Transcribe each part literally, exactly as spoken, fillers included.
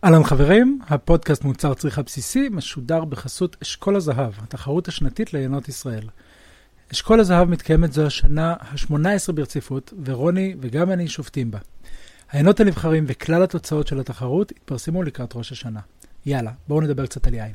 אהלן חברים, הפודקאסט מוצר צריכה בסיסי משודר בחסות אשכול הזהב, התחרות השנתית ליינות ישראל. אשכול הזהב מתקיימת זו השנה ה-שמונה עשרה ברציפות, ורוני וגם אני שופטים בה. היינות הנבחרים וכלל התוצאות של התחרות התפרסמו לקראת ראש השנה. יאללה, בואו נדבר קצת על יין.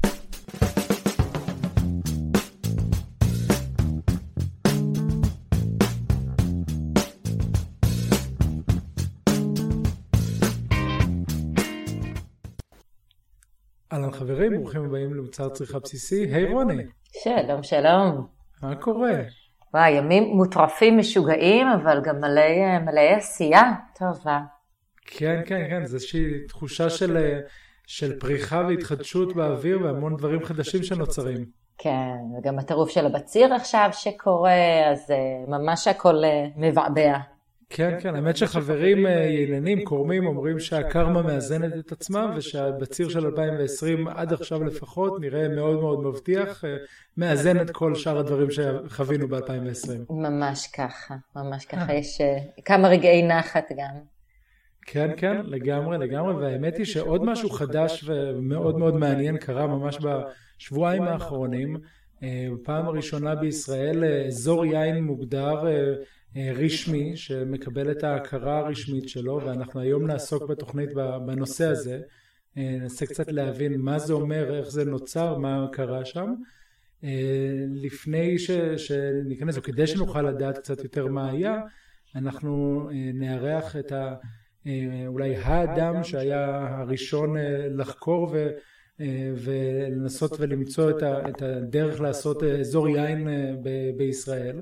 אהלן חברים, ברוכים הבאים למוצר צריכה בסיסי. היי רוני. שלום, שלום. מה קורה? וואי, ימים מוטרפים משוגעים, אבל גם מלא, מלא עשייה טובה. כן, כן, כן, זו איזושהי תחושה של, של פריחה והתחדשות באוויר והמון דברים חדשים שנוצרים. כן, וגם הטירוף של הבציר עכשיו שקורה, אז ממש הכל מבעבע. כן, כן, האמת שחברים יעילים, קורמים, אומרים שהקרמה מאזנת את עצמה, ושהבציר של אלפיים ועשרים עד עכשיו לפחות נראה מאוד מאוד מבטיח, מאזן את כל שאר הדברים שחווינו ב-אלפיים ועשרים. ממש ככה, ממש ככה, יש כמה רגעי נחת גם. כן, כן, לגמרי, לגמרי, והאמת היא שעוד משהו חדש ומאוד מאוד מעניין קרה ממש בשבועיים האחרונים, בפעם הראשונה בישראל, אזור יין מוגדר רשמי שמקבל את ההכרה הרשמית שלו, ואנחנו היום נעסוק בתוכנית בנושא הזה, ננסה קצת להבין מה זה אומר, איך זה נוצר, מה קרה שם. לפני ש, שניכנס, או כדי שנוכל לדעת קצת יותר מה היה, אנחנו נארח את ה, אולי האדם שהיה הראשון לחקור ו, ולנסות ולמצוא את, ה, את הדרך לעשות אזור יין ב, בישראל.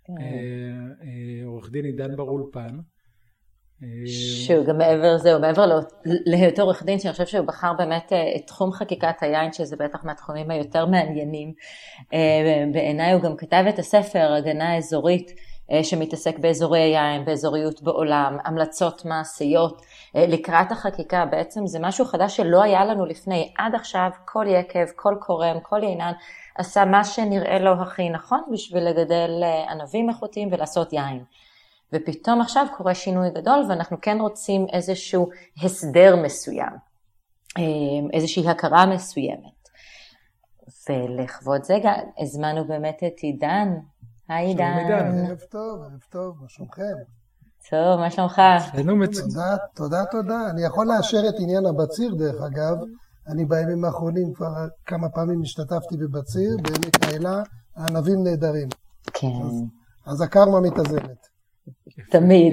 עורך דין עידן בר-אולפן. שהוא גם מעבר לזה, הוא מעבר להיותו עורך דין, שאני חושב שהוא בחר באמת את תחום חקיקת היין, שזה בטח מהתחומים היותר מעניינים. בעיניי הוא גם כתב את הספר, הגנה אזורית, שמתעסק באזורי היין, באזוריות בעולם, המלצות מעשיות. לקראת החקיקה בעצם זה משהו חדש שלא היה לנו לפני. עד עכשיו כל יקב, כל קורם, כל יינן, עשה מה שנראה לו הכי נכון בשביל לגדל ענבים איכותיים ולעשות יין. ופתאום עכשיו קורה שינוי גדול, ואנחנו כן רוצים איזשהו הסדר מסוים, איזושהי הכרה מסוימת. ולכבוד זה הזמנו באמת את עידן. היי עידן. ערב טוב, ערב טוב, מה שלומכם? טוב, מה שלומך? תודה, תודה, תודה. אני יכול לאשר את עניין הבציר דרך אגב. אני בימים האחרונים כבר כמה פעמים השתתפתי בבציר, בעמק האלה, הענבים נהדרים. כן. אז, אז הקרמה מתאזנת. תמיד.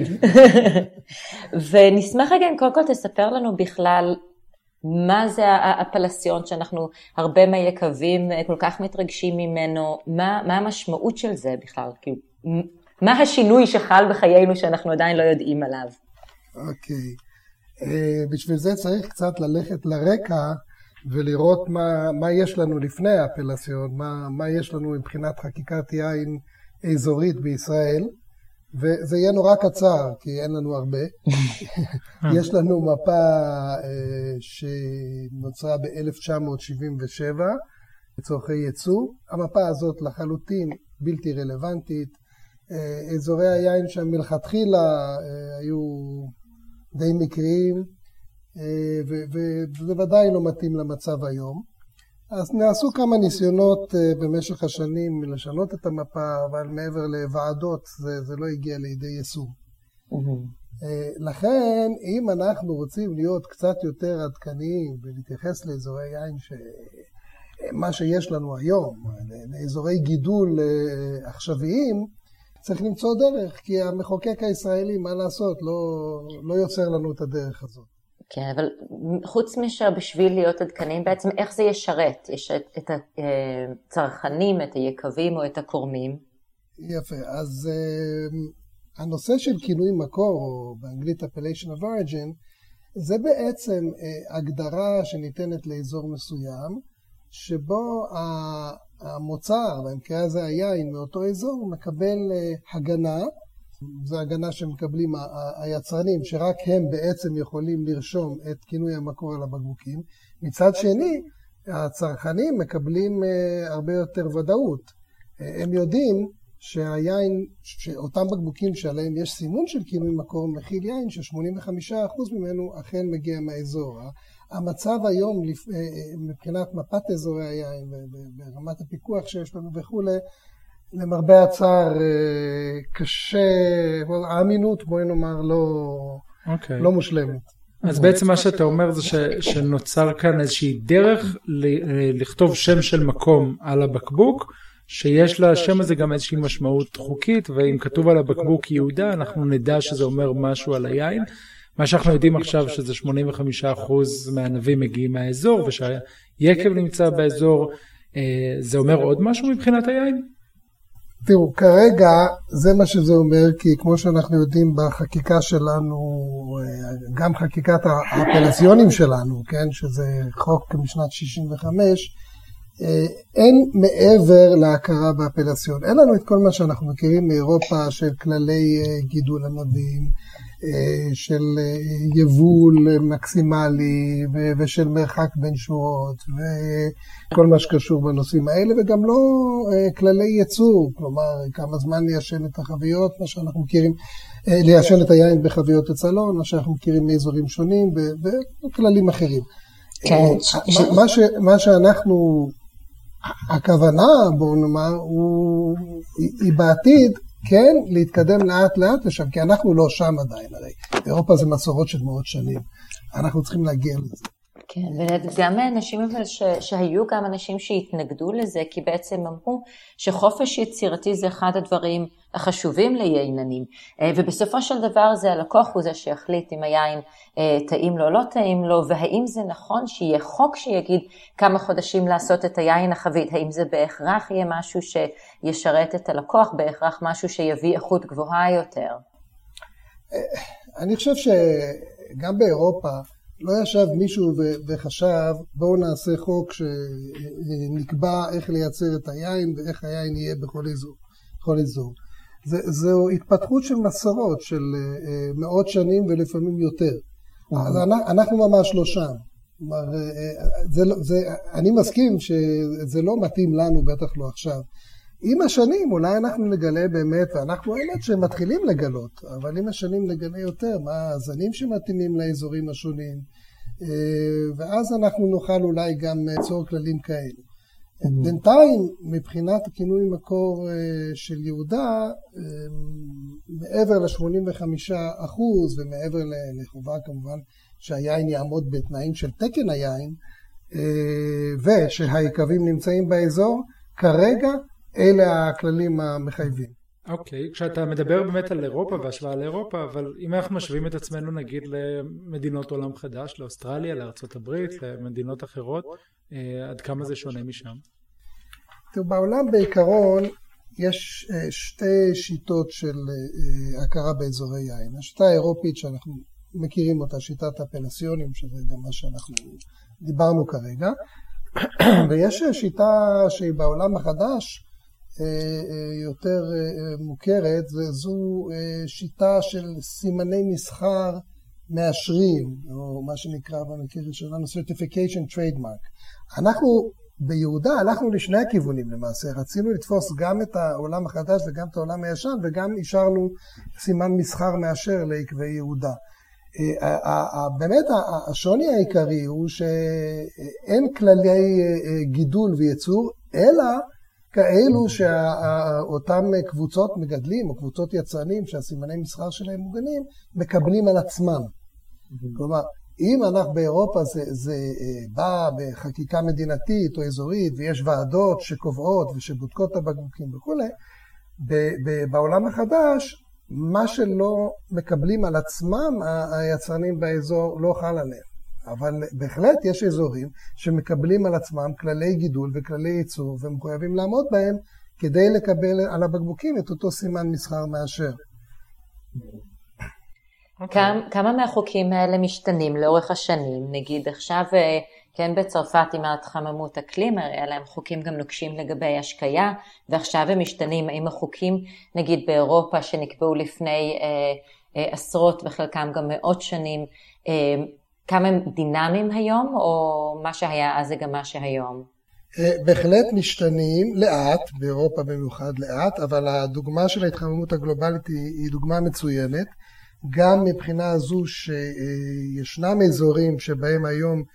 ונשמח רגע, קודם כל תספר לנו בכלל, מה זה הפלסיון שאנחנו הרבה מהיקבים כל כך מתרגשים ממנו, מה, מה המשמעות של זה בכלל? כאילו, מה השינוי שחל בחיינו שאנחנו עדיין לא יודעים עליו? אוקיי. Uh, בשביל זה צריך קצת ללכת לרקע ולראות מה, מה יש לנו לפני האפלסיון, מה, מה יש לנו מבחינת חקיקת יין אזורית בישראל, וזה יהיה נורא קצר כי אין לנו הרבה. יש לנו מפה uh, שנוצרה ב-אלף תשע מאות שבעים ושבע לצורכי ייצוא. המפה הזאת לחלוטין בלתי רלוונטית. uh, אזורי היין שם מלכתחילה uh, היו די מקריים, וזה ודאי לא מתאים למצב היום. אז נעשו כמה ניסיונות במשך השנים לשנות את המפה, אבל מעבר לוועדות זה, זה לא הגיע לידי יישום. Mm-hmm. לכן, אם אנחנו רוצים להיות קצת יותר עדכניים ולהתייחס לאזורי יין, מה שיש לנו היום, לאזורי גידול עכשוויים, צריך למצוא דרך, כי המחוקק הישראלי, מה לעשות, לא, לא יוצר לנו את הדרך הזאת. כן, אבל חוץ משאר בשביל להיות עדכנים, בעצם איך זה ישרת? יש את, את הצרכנים, את היקבים או את הקורמים? יפה, אז uh, הנושא של כינוי מקור, או באנגלית appellation of origin, זה בעצם uh, הגדרה שניתנת לאזור מסוים, שבו ה... המוצר, במקרה הזה היין מאותו אזור, מקבל הגנה, זו הגנה שמקבלים היצרנים, שרק הם בעצם יכולים לרשום את כינוי המקור על הבקבוקים. מצד שני, הצרכנים מקבלים הרבה יותר ודאות. הם יודעים שהיין, שאותם בקבוקים שעליהם יש סימון של כינוי מקור מכיל יין, ש-שמונים וחמישה אחוז ממנו אכן מגיע מהאזור. המצב היום מבחינת מפת אזורי היין ברמת הפיקוח שיש לנו וכולי, למרבה הצער קשה, האמינות בואי נאמר לא, okay. לא מושלמת. אז בעצם מה שאתה אומר זה ש, שנוצר כאן איזושהי דרך לכתוב שם של מקום על הבקבוק, שיש לשם הזה גם איזושהי משמעות חוקית, ואם כתוב על הבקבוק יהודה, אנחנו נדע שזה אומר משהו על היין. מה שאנחנו יודעים עכשיו שזה שמונים וחמישה אחוז מהענבים מגיעים מהאזור, ושהיקב נמצא באזור, זה אומר עוד משהו מבחינת היין? תראו, כרגע זה מה שזה אומר, כי כמו שאנחנו יודעים בחקיקה שלנו, גם חקיקת האפלציונים שלנו, כן, שזה חוק משנת שישים וחמש, אין מעבר להכרה באפלציון. אין לנו את כל מה שאנחנו מכירים מאירופה של כללי גידול ענבים, של יבול מקסימלי ושל מרחק בין שורות וכל מה שקשור בנושאים האלה, וגם לא כללי ייצור, כלומר כמה זמן ליישן את החביות, מה שאנחנו מכירים, ליישן את היין בחביות הצלון, מה שאנחנו מכירים מאזורים שונים וכללים אחרים. כן. מה, ש, מה שאנחנו, הכוונה בואו נאמר, הוא, היא בעתיד כן, להתקדם לאט לאט לשם, כי אנחנו לא שם עדיין, הרי אירופה זה מסורות של מאות שנים, אנחנו צריכים להגיע לזה. כן, וגם אנשים ש... שהיו גם אנשים שהתנגדו לזה, כי בעצם אמרו שחופש יצירתי זה אחד הדברים החשובים לייננים, ובסופו של דבר זה הלקוח הוא זה שיחליט אם היין טעים לו או לא טעים לו, והאם זה נכון שיהיה חוק שיגיד כמה חודשים לעשות את היין החבית, האם זה בהכרח יהיה משהו שישרת את הלקוח, בהכרח משהו שיביא איכות גבוהה יותר? אני חושב שגם באירופה, לא ישב מישהו וחשב, בואו נעשה חוק שנקבע איך לייצר את היין ואיך היין יהיה בכל אזור. בכל אזור. זה, זו התפתחות של מסורות, של מאות שנים ולפעמים יותר. אז אנחנו ממש לא שם. זה, זה, אני מסכים שזה לא מתאים לנו, בטח לא עכשיו. עם השנים אולי אנחנו נגלה באמת, ואנחנו האמת שמתחילים לגלות, אבל עם השנים נגלה יותר מה הזנים שמתאימים לאזורים השונים, ואז אנחנו נוכל אולי גם ליצור כללים כאלה. בינתיים, מבחינת הכינוי מקור של יהודה, מעבר ל-שמונים וחמישה אחוז ומעבר לחובה כמובן שהיין יעמוד בתנאים של תקן היין, ושהיקבים נמצאים באזור, כרגע אלה הכללים המחייבים. אוקיי, okay. כשאתה מדבר באמת על אירופה והשוואה לאירופה, אבל אם אנחנו משווים את עצמנו נגיד למדינות עולם חדש, לאוסטרליה, לארצות הברית, למדינות אחרות, עד כמה זה שונה משם? טוב, בעולם בעיקרון יש שתי שיטות של הכרה באזורי יין. השיטה האירופית שאנחנו מכירים אותה, שיטת הפלסיונים, שזה גם מה שאנחנו דיברנו כרגע, ויש שיטה שהיא בעולם החדש, יותר מוכרת, וזו שיטה של סימני מסחר מאשרים, או מה שנקרא במקרה שלנו Certification Trademark. אנחנו ביהודה הלכנו לשני הכיוונים למעשה, רצינו לתפוס גם את העולם החדש וגם את העולם הישן, וגם אישרנו סימן מסחר מאשר לעקבי יהודה. באמת השוני העיקרי הוא שאין כללי גידול וייצור, אלא כאלו שאותם קבוצות מגדלים או קבוצות יצרנים שהסימני מסחר שלהם מוגנים, מקבלים על עצמם. כלומר, אם אנחנו באירופה זה, זה בא בחקיקה מדינתית או אזורית ויש ועדות שקובעות ושבודקות את הבקבוקים וכו', בעולם החדש, מה שלא מקבלים על עצמם היצרנים באזור לא חל עליהם. אבל בהחלט יש אזורים שמקבלים על עצמם כללי גידול וכללי ייצור ומחויבים לעמוד בהם כדי לקבל על הבקבוקים את אותו סימן מסחר מאשר. כמה, כמה מהחוקים האלה משתנים לאורך השנים? נגיד עכשיו, כן, בצרפת עם ההתחממות אקלים, היה להם חוקים גם נוקשים לגבי השקיה, ועכשיו הם משתנים. האם החוקים, נגיד באירופה, שנקבעו לפני אה, אה, עשרות וחלקם גם מאות שנים, אה, כמה הם דינמיים היום, או מה שהיה אז זה גם מה שהיום? בהחלט משתנים לאט, באירופה במיוחד לאט, אבל הדוגמה של ההתחממות הגלובלית היא דוגמה מצוינת, גם מבחינה זו שישנם אזורים שבהם היום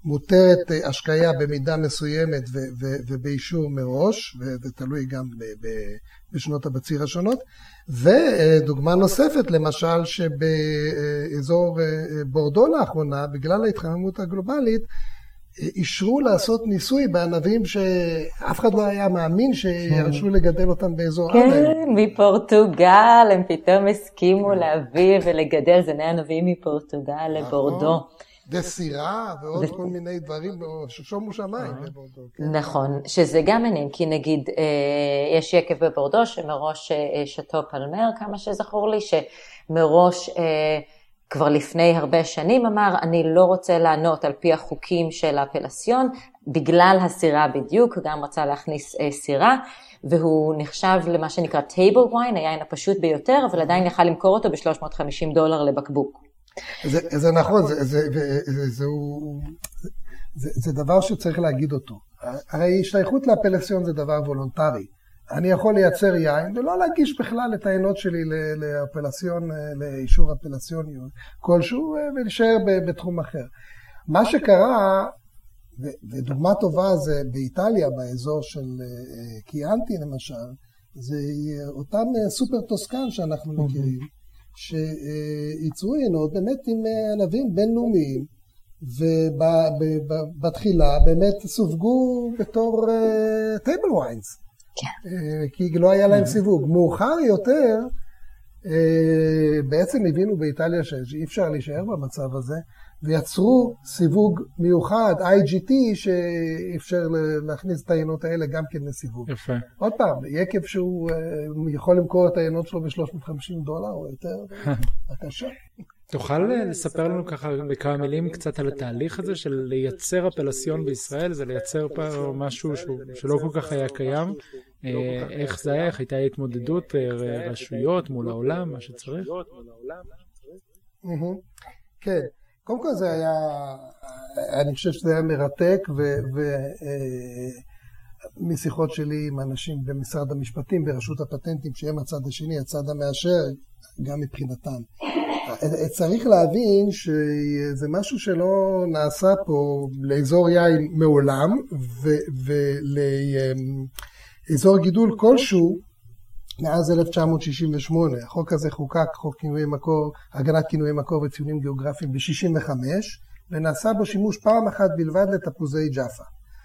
מותרת השקיה במידה מסוימת ובאישור מראש, ותלוי גם בשנות הבציר השונות. ודוגמה נוספת, למשל, שבאזור בורדו לאחרונה, בגלל ההתחממות הגלובלית, אישרו לעשות ניסוי בענבים שאף אחד לא היה מאמין שירשו לגדל אותם באזור ענבים. כן, מפורטוגל, הם פתאום הסכימו להביא ולגדל זני ענבים מפורטוגל לבורדו. וסירה ועוד כל מיני דברים, שומו שמיים בבורדו. נכון, שזה גם מעניין, כי נגיד יש יקב בבורדו שמראש שתו פלמר, כמה שזכור לי, שמראש כבר לפני הרבה שנים אמר, אני לא רוצה לענות על פי החוקים של הפלסיון, בגלל הסירה בדיוק, גם רצה להכניס סירה, והוא נחשב למה שנקרא טייבל וויין, היין הפשוט ביותר, אבל עדיין יכל למכור אותו ב-שלוש מאות וחמישים דולר לבקבוק. זה, זה נכון, זה, זה, זה, זה, זה, זה, זה דבר שצריך להגיד אותו. הרי השתייכות לפלסיון זה דבר וולונטרי. אני יכול לייצר יין ולא להגיש בכלל את העינות שלי לאפלסיון, לאישור אפלסיון כלשהו, ולהישאר בתחום אחר. מה שקרה, ודוגמה טובה זה באיטליה, באזור של קיאנטי למשל, זה אותם סופר טוסקן שאנחנו מכירים, שייצרו עינות באמת עם ענבים בינלאומיים, ובתחילה באמת סווגו בתור טייבל וויינס. כן. כי לא היה להם סיווג. מאוחר יותר, בעצם הבינו באיטליה שאי אפשר להישאר במצב הזה, ויצרו סיווג מיוחד, איי ג'י טי, שאפשר להכניס את העינות האלה גם כן לסיווג. יפה. עוד פעם, יקב שהוא יכול למכור את העינות שלו ב-שלוש מאות וחמישים דולר או יותר, בבקשה. תוכל לספר לנו ככה בכמה מילים קצת על התהליך הזה של לייצר אפלסיון בישראל, זה לייצר פה משהו שלא כל כך היה קיים, איך זה היה, איך הייתה התמודדות רשויות מול העולם, מה שצריך? כן, קודם כל זה היה, אני חושב שזה היה מרתק, ומשיחות שלי עם אנשים במשרד המשפטים, ברשות הפטנטים, שהם הצד השני, הצד המאשר, גם מבחינתם. צריך להבין שזה משהו שלא נעשה פה לאזור יין מעולם, ולאזור גידול כלשהו מאז אלף תשע מאות שישים ושמונה. החוק הזה חוקק, חוק כינויי מקור, הגנת כינויי מקור וציונים גיאוגרפיים ב-שישים וחמש, ונעשה בו שימוש פעם אחת בלבד לתפוזי ג'אפה.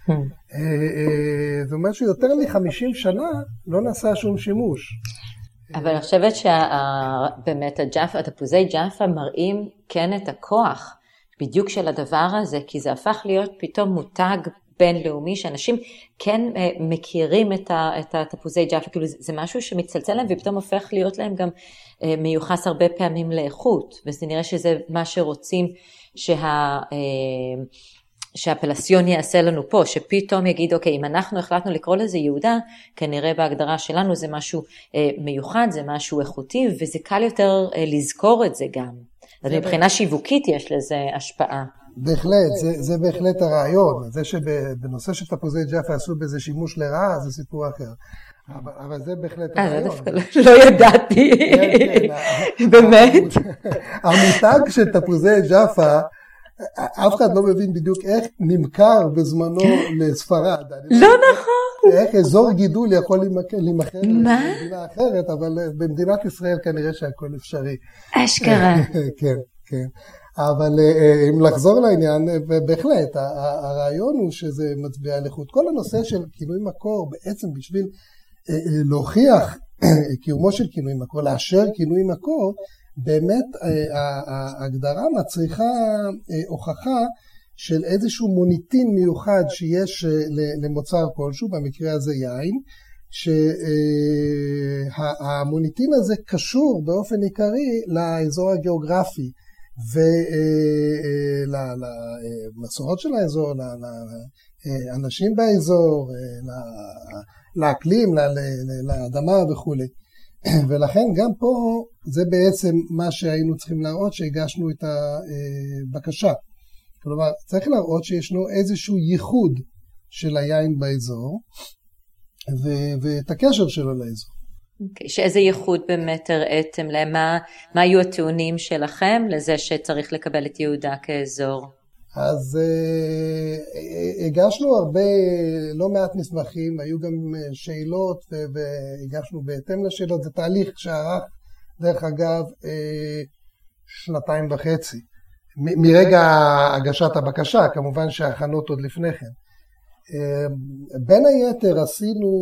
זאת אומרת שיותר מ-חמישים שנה לא נעשה שום שימוש. אבל אני חושבת שבאמת התפוזי ג'אפה מראים כן את הכוח בדיוק של הדבר הזה, כי זה הפך להיות פתאום מותג בינלאומי, שאנשים כן מכירים את התפוזי ג'אפה, כאילו זה משהו שמצלצל להם ופתאום הופך להיות להם גם מיוחס הרבה פעמים לאיכות, וזה נראה שזה מה שרוצים שה... שהפלסיון יעשה לנו פה, שפתאום יגיד, אוקיי, אם אנחנו החלטנו לקרוא לזה יהודה, כנראה בהגדרה שלנו זה משהו אה, מיוחד, זה משהו איכותי, וזה קל יותר אה, לזכור את זה גם. אז מבחינה שיווקית יש לזה השפעה. בהחלט, זה, זה בהחלט הרעיון. זה שבנושא של תפוזי ג'אפה עשו בזה שימוש לרעה, זה סיפור אחר. אבל, אבל זה בהחלט הרעיון. אה, זה דווקא לא ידעתי. באמת. המותג של תפוזי ג'אפה, אף אחד לא מבין בדיוק איך נמכר בזמנו לספרד. לא נכון. איך אזור גידול יכול להימכר למדינה אחרת, אבל במדינת ישראל כנראה שהכל אפשרי. אשכרה. כן, כן. אבל אם לחזור לעניין, בהחלט, הרעיון הוא שזה מצביע על איכות. כל הנושא של כינוי מקור, בעצם בשביל להוכיח קיומו של כינוי מקור, לאשר כינוי מקור, באמת ההגדרה מצריכה הוכחה של איזשהו מוניטין מיוחד שיש למוצר כלשהו, במקרה הזה יין, שהמוניטין הזה קשור באופן עיקרי לאזור הגיאוגרפי ולמסורות של האזור, לאנשים באזור, לאקלים, לאדמה וכו'. ולכן גם פה זה בעצם מה שהיינו צריכים להראות שהגשנו את הבקשה. כלומר, צריך להראות שישנו איזשהו ייחוד של היין באזור, ו- ואת הקשר שלו לאזור. Okay, שאיזה ייחוד באמת הראיתם להם? מה, מה היו הטיעונים שלכם לזה שצריך לקבל את יהודה כאזור? אז uh, הגשנו הרבה, לא מעט מסמכים, היו גם שאלות והגשנו בהתאם לשאלות, זה תהליך שערך דרך אגב uh, שנתיים וחצי, מ- מרגע הגשת הבקשה, כמובן שההכנות עוד לפני כן. Uh, בין היתר עשינו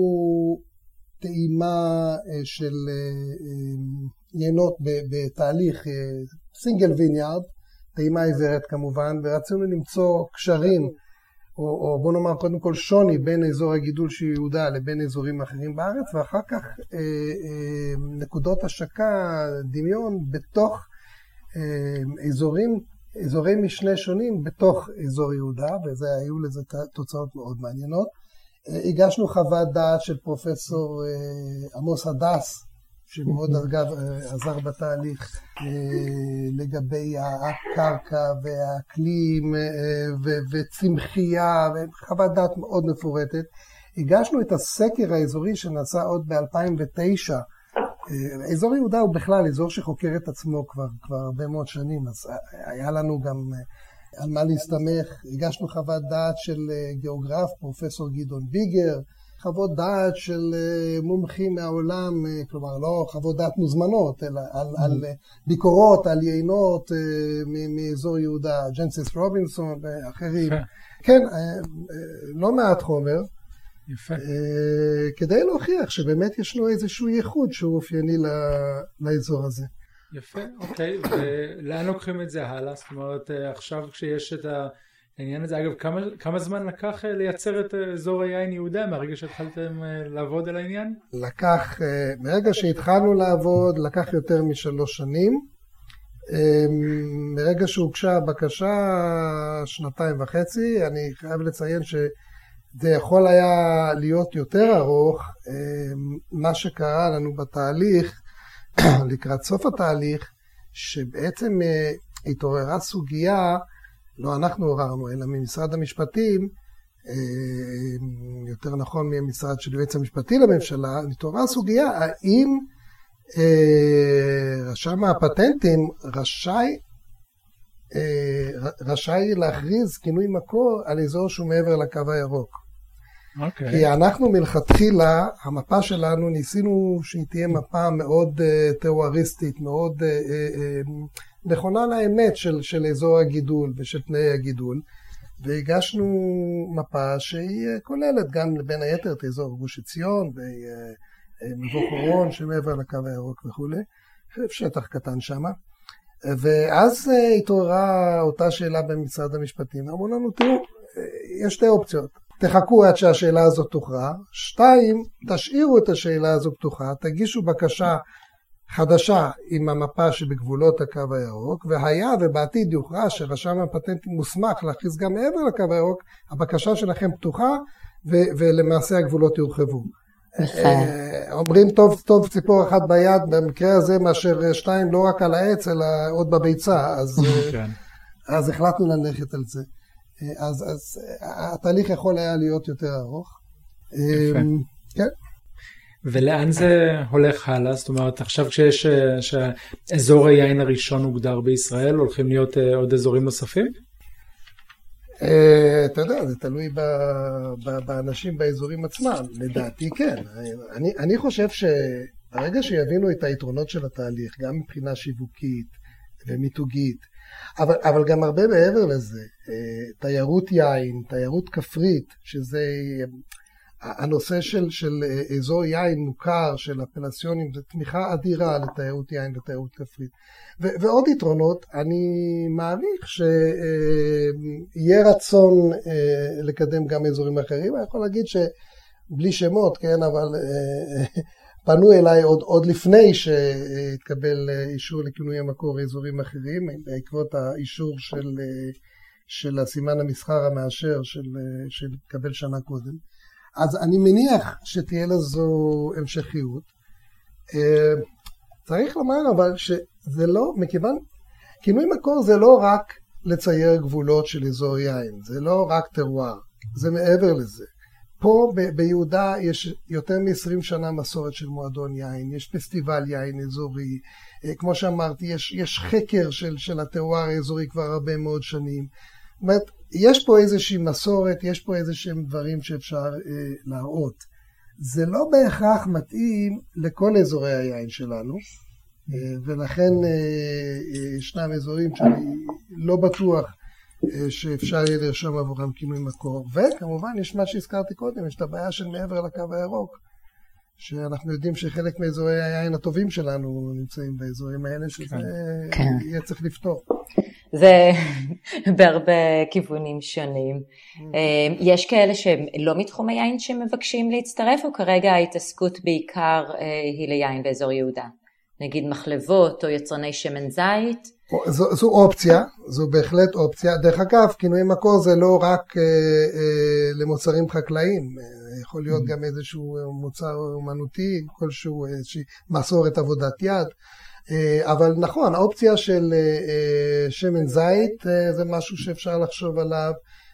טעימה uh, של uh, יינות בתהליך סינגל ויניארד, טעימה עיוורת כמובן, ורצינו למצוא קשרים, או, או בוא נאמר קודם כל שוני בין אזור הגידול של יהודה לבין אזורים אחרים בארץ, ואחר כך אה, אה, נקודות השקה, דמיון, בתוך אה, אזורים, אזורי משנה שונים בתוך אזור יהודה, וזה היו לזה תוצאות מאוד מעניינות. אה, הגשנו חוות דעת של פרופסור אה, עמוס הדס, שמאוד אגב עזר בתהליך לגבי הקרקע והאקלים וצמחייה וחוות דעת מאוד מפורטת. הגשנו את הסקר האזורי שנעשה עוד ב-אלפיים ותשע. אזור יהודה הוא בכלל אזור שחוקר את עצמו כבר, כבר הרבה מאוד שנים, אז היה לנו גם על מה להסתמך. הגשנו חוות דעת של גיאוגרף, פרופסור גדעון ביגר, חוות דעת של מומחים מהעולם, כלומר לא חוות דעת מוזמנות, אלא על, mm. על ביקורות, על יינות מאזור יהודה, ג'נסיס רובינסון ואחרים. כן, לא מעט חומר. יפה. כדי להוכיח שבאמת ישנו איזשהו ייחוד שהוא אופייני לאזור הזה. יפה, אוקיי. ולאן לוקחים את זה הלאה? זאת אומרת, עכשיו כשיש את ה... העניין הזה, אגב, כמה, כמה זמן לקח לייצר את אזור היין יהודה, מהרגע שהתחלתם לעבוד על העניין? לקח, מרגע שהתחלנו לעבוד, לקח יותר משלוש שנים. מרגע שהוגשה הבקשה, שנתיים וחצי, אני חייב לציין שזה יכול היה להיות יותר ארוך. מה שקרה לנו בתהליך, לקראת סוף התהליך, שבעצם התעוררה סוגיה, לא אנחנו עוררנו, אלא ממשרד המשפטים, יותר נכון מהמשרד של יועץ המשפטי לממשלה, התעוררה סוגיה, האם רשם הפטנטים רשאי, רשאי להכריז כינוי מקור על אזור שהוא מעבר לקו הירוק. Okay. כי אנחנו מלכתחילה, המפה שלנו ניסינו שהיא תהיה מפה מאוד תיאוריסטית, מאוד נכונה לאמת של, של אזור הגידול ושל תנאי הגידול, והגשנו מפה שהיא כוללת גם בין היתר את אזור גוש עציון ומבוא חורון שמעבר לקו הירוק וכו', שטח קטן שם. ואז התעוררה אותה שאלה במשרד המשפטים, אמרו לנו, תראו, יש שתי אופציות, תחכו עד שהשאלה הזאת תוכרע, שתיים, תשאירו את השאלה הזאת פתוחה, תגישו בקשה חדשה עם המפה שבגבולות הקו הירוק, והיה ובעתיד יוכרע שרשם הפטנטים מוסמך להכריז גם מעבר לקו הירוק, הבקשה שלכם פתוחה ו- ולמעשה הגבולות יורחבו. אומרים טוב טוב ציפור אחת ביד, במקרה הזה מאשר שתיים לא רק על העץ אלא עוד בביצה, אז, אז החלטנו ללכת על זה. אז, אז התהליך יכול היה להיות יותר ארוך. יפה. כן. ולאן זה הולך הלאה? זאת אומרת, עכשיו כשיש, שאזור היין הראשון הוגדר בישראל, הולכים להיות עוד אזורים נוספים? אתה יודע, זה תלוי באנשים באזורים עצמם. לדעתי כן. אני, אני חושב שברגע שיבינו את היתרונות של התהליך, גם מבחינה שיווקית ומיתוגית, אבל, אבל גם הרבה מעבר לזה, תיירות יין, תיירות כפרית, שזה הנושא של, של אזור יין מוכר, של הפלסיונים, זה תמיכה אדירה לתיירות יין ותיירות כפרית. ו, ועוד יתרונות, אני מעריך שיהיה רצון לקדם גם אזורים אחרים. אני יכול להגיד שבלי שמות, כן, אבל פנו אליי עוד, עוד לפני שהתקבל אישור לכינוי המקור אזורים אחרים, בעקבות האישור של, של הסימן המסחר המאשר של, שהתקבל שנה קודם. אז אני מניח שתהיה לזו המשכיות. צריך לומר אבל שזה לא, מכיוון, כינוי מקור זה לא רק לצייר גבולות של אזור יין, זה לא רק טרואר, זה מעבר לזה. פה ב- ביהודה יש יותר מ-עשרים שנה מסורת של מועדון יין, יש פסטיבל יין אזורי, כמו שאמרתי, יש, יש חקר של, של הטרואר האזורי כבר הרבה מאוד שנים, זאת אומרת, יש פה איזושהי מסורת, יש פה איזשהם דברים שאפשר אה, להראות. זה לא בהכרח מתאים לכל אזורי היין שלנו, אה, ולכן אה, אה, ישנם אזורים שאני לא בטוח אה, שאפשר יהיה לרשום עבורם כינוי מקור. וכמובן יש מה שהזכרתי קודם, יש את הבעיה של מעבר לקו הירוק, שאנחנו יודעים שחלק מאזורי היין הטובים שלנו נמצאים באזורים האלה, שזה כן. יהיה צריך לפתור. זה בהרבה כיוונים שונים. יש כאלה שהם לא מתחום היין שמבקשים להצטרף, או כרגע ההתעסקות בעיקר היא ליין באזור יהודה? נגיד מחלבות או יצרני שמן זית? זו, זו אופציה, זו בהחלט אופציה. דרך אגב, כינוי מקור זה לא רק אה, אה, למוצרים חקלאיים, יכול להיות גם איזשהו מוצר אומנותי, כלשהו איזושהי מסורת עבודת יד. אבל נכון, האופציה של שמן זית זה משהו שאפשר לחשוב עליו.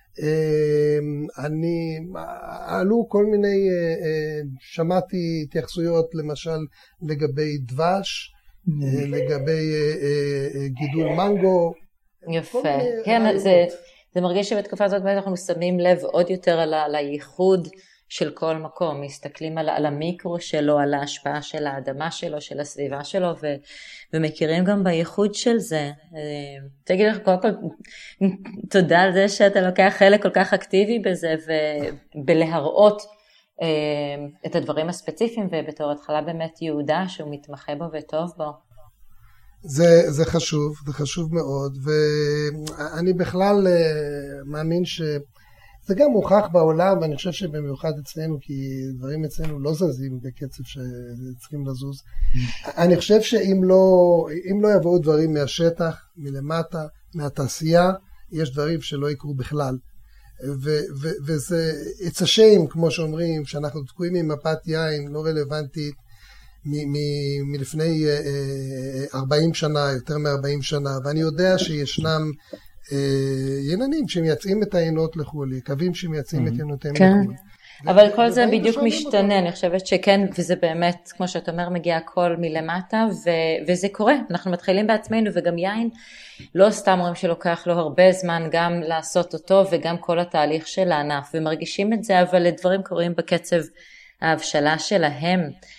אני, עלו כל מיני, שמעתי התייחסויות למשל לגבי דבש, לגבי גידול מנגו. יפה, כן, זה, זה מרגיש שבתקופה הזאת אנחנו שמים לב עוד יותר על, על הייחוד של כל מקום, מסתכלים על, על המיקרו שלו, על ההשפעה של האדמה שלו, של הסביבה שלו, ו, ומכירים גם בייחוד של זה. תגיד לך, קודם כל, תודה על זה שאתה לוקח חלק כל כך אקטיבי בזה, ובלהראות את הדברים הספציפיים, ובתור התחלה באמת יהודה, שהוא מתמחה בו וטוב בו. זה, זה חשוב, זה חשוב מאוד, ואני בכלל מאמין ש... זה גם מוכח בעולם, ואני חושב שבמיוחד אצלנו, כי דברים אצלנו לא זזים בקצב שצריכים לזוז. אני חושב שאם לא, אם לא יבואו דברים מהשטח, מלמטה, מהתעשייה, יש דברים שלא יקרו בכלל. ו- ו- וזה, it's a shame, כמו שאומרים, שאנחנו תקועים עם מפת יין לא רלוונטית, מ- מ- מלפני ארבעים שנה, יותר מ-ארבעים שנה, ואני יודע שישנם, יננים שמייצאים את העינות לחול, יקבים שמייצאים את עינותיהם לחול. אבל כל זה בדיוק משתנה, אני חושבת שכן, וזה באמת, כמו שאתה אומר, מגיע הכל מלמטה, וזה קורה, אנחנו מתחילים בעצמנו, וגם יין, לא סתם רואים שלוקח לו הרבה זמן גם לעשות אותו, וגם כל התהליך של הענף, ומרגישים את זה, אבל לדברים קורים בקצב ההבשלה שלהם.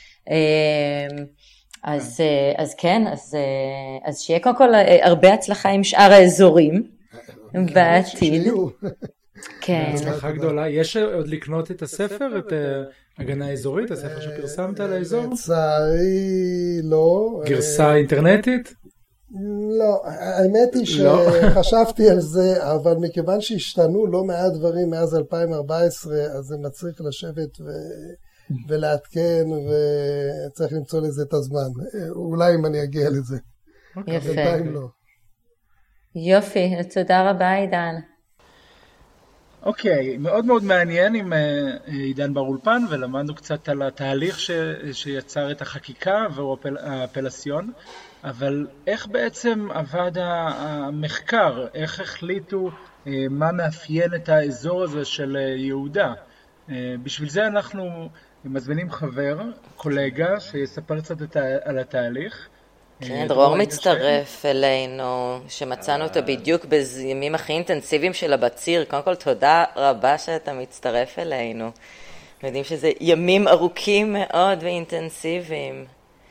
אז, אז כן, אז, אז שיהיה קודם כל הרבה הצלחה עם שאר האזורים בעתיד. כן. הצלחה גדולה. יש עוד לקנות את הספר, את הגנה האזורית, הספר שפרסמת על האזור? לצערי לא. גרסה אינטרנטית? לא, האמת היא שחשבתי על זה, אבל מכיוון שהשתנו לא מעט דברים מאז אלפיים וארבע עשרה, אז זה מצריך לשבת ו... ולעדכן, וצריך למצוא לזה את הזמן. אולי אם אני אגיע לזה. יפה. בינתיים לא. יופי, תודה רבה עידן. אוקיי, מאוד מאוד מעניין עם עידן באולפן, ולמדנו קצת על התהליך ש... שיצר את החקיקה והוא הפלסיון, אבל איך בעצם עבד המחקר? איך החליטו מה מאפיין את האזור הזה של יהודה? בשביל זה אנחנו מזמינים חבר, קולגה, שיספר קצת על התהליך. כן, דרור מצטרף אלינו, שמצאנו אותו בדיוק בימים הכי אינטנסיביים של הבציר. קודם כל, תודה רבה שאתה מצטרף אלינו. אנחנו יודעים שזה ימים ארוכים מאוד ואינטנסיביים.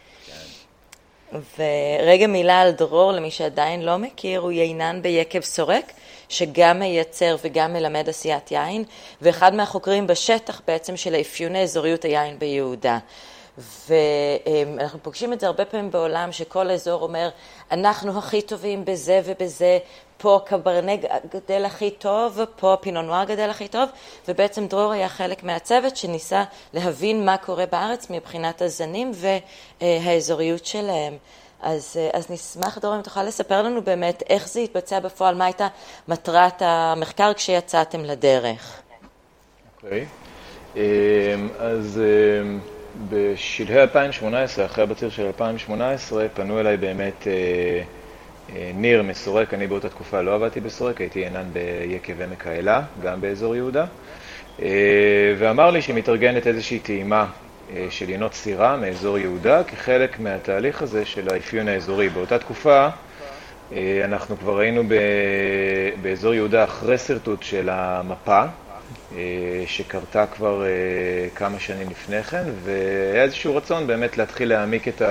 ורגע מילה על דרור, למי שעדיין לא מכיר, הוא יינן ביקב סורק, שגם מייצר וגם מלמד עשיית יין, ואחד מהחוקרים בשטח בעצם של האפיון האזוריות היין ביהודה. ואנחנו פוגשים את זה הרבה פעמים בעולם, שכל האזור אומר, אנחנו הכי טובים בזה ובזה, פה קברנה גדל הכי טוב, פה פינו נואר גדל הכי טוב, ובעצם דרור היה חלק מהצוות שניסה להבין מה קורה בארץ מבחינת הזנים והאזוריות שלהם. אז, אז נשמח, דרור, אם תוכל לספר לנו באמת איך זה התבצע בפועל, מה הייתה מטרת המחקר כשיצאתם לדרך. אוקיי, okay. אז בשלהי אלפיים ושמונה עשרה, אחרי הבציר של אלפיים ושמונה עשרה, פנו אליי באמת ניר מסורק. אני באותה תקופה לא עבדתי בסורק, הייתי עינן ביקב עמק האלה, גם באזור יהודה, ואמר לי שמתארגנת איזושהי טעימה של יינות סירה מאזור יהודה, כחלק מהתהליך הזה של האפיון האזורי. באותה תקופה אנחנו כבר היינו באזור יהודה אחרי סרטוט של המפה, שקרתה כבר כמה שנים לפני כן, והיה איזשהו רצון באמת להתחיל להעמיק את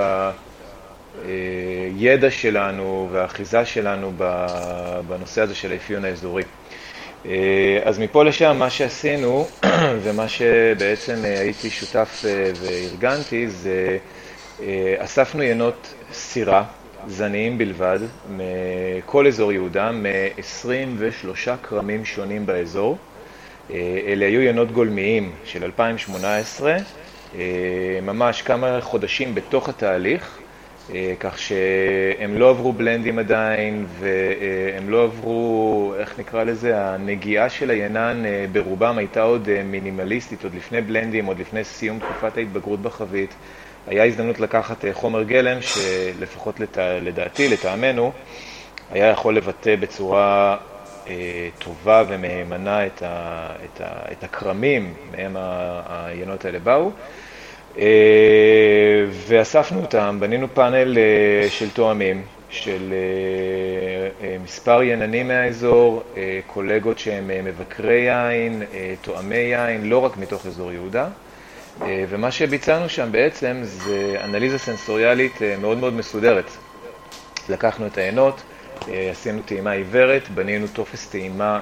הידע שלנו והאחיזה שלנו בנושא הזה של האפיון האזורי. אז מפה לשם מה שעשינו ומה שבעצם הייתי שותף וארגנתי זה אספנו ינות סירה, זניים בלבד, מכל אזור יהודה, מ-עשרים ושלושה קרמים שונים באזור. אלה היו ינות גולמיים של אלפיים שמונה עשרה, ממש כמה חודשים בתוך התהליך, כך שהם לא עברו בלנדים עדיין, והם לא עברו, איך נקרא לזה, הנגיעה של היינן ברובם הייתה עוד מינימליסטית, עוד לפני בלנדים, עוד לפני סיום תקופת ההתבגרות בחבית. היה הזדמנות לקחת חומר גלם שלפחות לדעתי, לטעמנו, היה יכול לבטא בצורה אה, טובה ומהימנה את, ה, את, ה, את הקרמים מהם העיינות האלה באו. אה, ואספנו אותם, בנינו פאנל אה, של תואמים, של אה, אה, מספר יננים מהאזור, אה, קולגות שהם אה, מבקרי יין, אה, תואמי יין, לא רק מתוך אזור יהודה. ומה שביצענו שם בעצם זה אנליזה סנסוריאלית מאוד מאוד מסודרת. לקחנו את העינות, עשינו טעימה עיוורת, בנינו טופס טעימה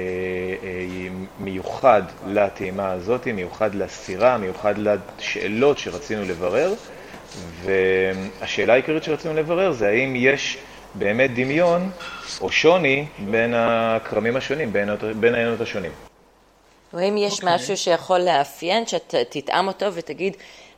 מיוחד לטעימה הזאת, מיוחד לסירה, מיוחד לשאלות שרצינו לברר, והשאלה העיקרית שרצינו לברר זה האם יש באמת דמיון או שוני בין הקרמים השונים, בין העינות השונים. או אם יש okay. משהו שיכול לאפיין, שתטעם אותו ותגיד,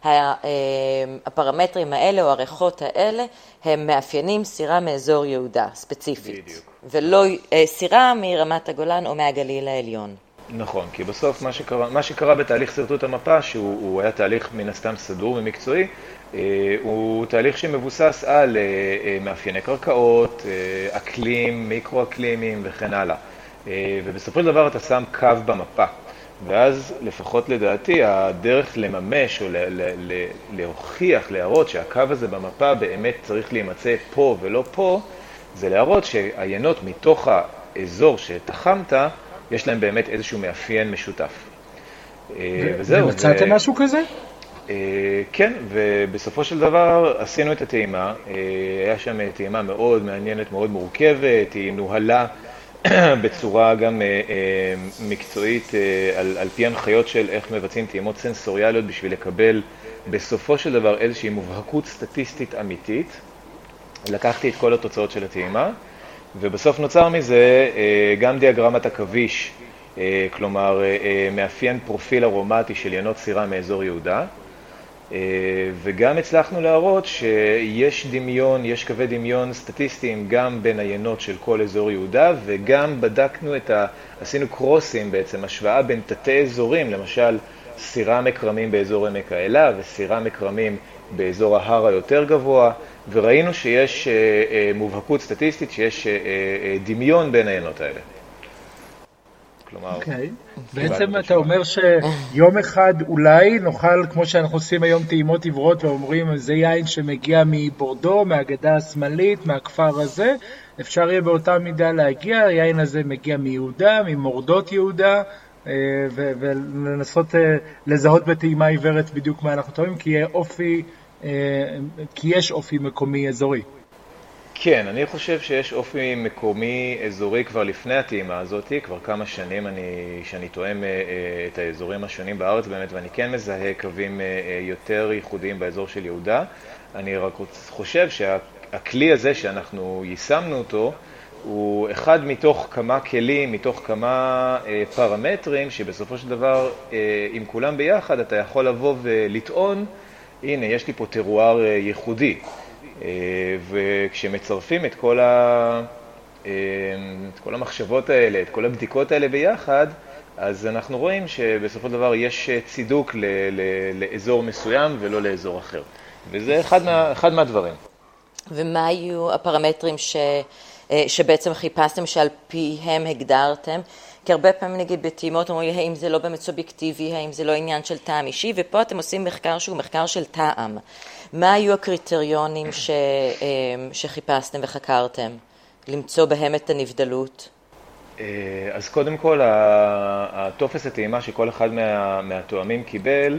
הפרמטרים האלה או הערכות האלה, הם מאפיינים סירה מאזור יהודה, ספציפית. בדיוק. ולא סירה מרמת הגולן או מהגליל העליון. נכון, כי בסוף מה שקרה, מה שקרה בתהליך סרטוט המפה, שהוא היה תהליך מן הסתם סדור ומקצועי, הוא תהליך שמבוסס על מאפייני קרקעות, אקלים, מיקרו-אקלימים וכן הלאה. ובסופו של דבר אתה שם קו במפה, ואז לפחות לדעתי הדרך לממש או להוכיח, להראות שהקו הזה במפה באמת צריך להימצא פה ולא פה, זה להראות שהעיינות מתוך האזור שתחמת, יש להם באמת איזשהו מאפיין משותף. וזהו. ומצאתם משהו כזה? כן, ובסופו של דבר עשינו את הטעימה, היה שם טעימה מאוד מעניינת, מאוד מורכבת, היא נוהלה בצורה גם מקצועית על, על פי הנחיות של איך מבצעים טעימות סנסוריאליות בשביל לקבל בסופו של דבר איזושהי מובהקות סטטיסטית אמיתית. לקחתי את כל התוצאות של הטעימה, ובסוף נוצר מזה גם דיאגרמת הכביש, כלומר מאפיין פרופיל ארומטי של ינות סירה מאזור יהודה, וגם הצלחנו להראות שיש דמיון, יש קווי דמיון סטטיסטיים גם בין היינות של כל אזור יהודה, וגם בדקנו את ה... עשינו קרוסים בעצם, השוואה בין תתי אזורים, למשל סירה מקרמים באזור עמק האלה וסירה מקרמים באזור ההר היותר גבוה, וראינו שיש מובהקות סטטיסטית, שיש דמיון בין היינות האלה. אוקיי, בעצם אתה אומר שיום אחד אולי נוכל, כמו שאנחנו עושים היום טעימות עברות ואומרים, זה יין שמגיע מבורדו, מהגדה השמאלית, מהכפר הזה, אפשר יהיה באותה מידה להגיע, היין הזה מגיע מיהודה, ממורדות יהודה, ולנסות לזהות בטעימה עיוורת בדיוק מה אנחנו טועים, כי יהיה אופי, כי יש אופי מקומי אזורי. כן, אני חושב שיש אופי מקומי אזורי כבר לפני הטעימה הזאת, כבר כמה שנים אני, שאני תואם את האזורים השונים בארץ באמת, ואני כן מזהה קווים יותר ייחודיים באזור של יהודה. אני רק חושב שהכלי הזה שאנחנו יישמנו אותו, הוא אחד מתוך כמה כלים, מתוך כמה פרמטרים, שבסופו של דבר, עם כולם ביחד, אתה יכול לבוא ולטעון, הנה, יש לי פה טרואר ייחודי. וכשמצרפים את כל, ה... את כל המחשבות האלה, את כל הבדיקות האלה ביחד, אז אנחנו רואים שבסופו של דבר יש צידוק ל... ל... לאזור מסוים ולא לאזור אחר. וזה אחד, מה... אחד מהדברים. ומה היו הפרמטרים ש... שבעצם חיפשתם שעל פיהם הגדרתם? כי הרבה פעמים נגיד בטעימות אומרים, האם זה לא באמת סובייקטיבי, האם זה לא עניין של טעם אישי, ופה אתם עושים מחקר שהוא מחקר של טעם. מה היו הקריטריונים ש, שחיפשתם וחקרתם? למצוא בהם את הנבדלות? אז קודם כל, הטופס הטעימה שכל אחד מה, מהתואמים קיבל,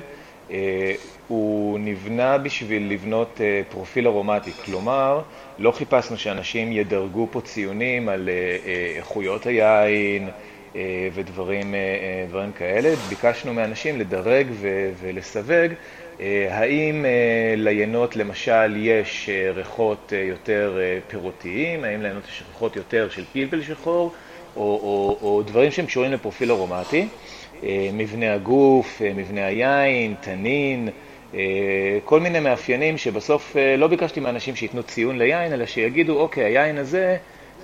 הוא נבנה בשביל לבנות פרופיל ארומטי. כלומר, לא חיפשנו שאנשים ידרגו פה ציונים על איכויות היין ודברים דברים כאלה. ביקשנו מאנשים לדרג ולסווג האם ליינות למשל יש ריחות יותר פירותיים, האם ליינות יש ריחות יותר של פלפל שחור, או, או, או דברים שהם קשורים לפרופיל ארומטי, מבנה הגוף, מבנה היין, תנין, כל מיני מאפיינים שבסוף לא ביקשתי מאנשים שיתנו ציון ליין, אלא שיגידו, אוקיי, היין הזה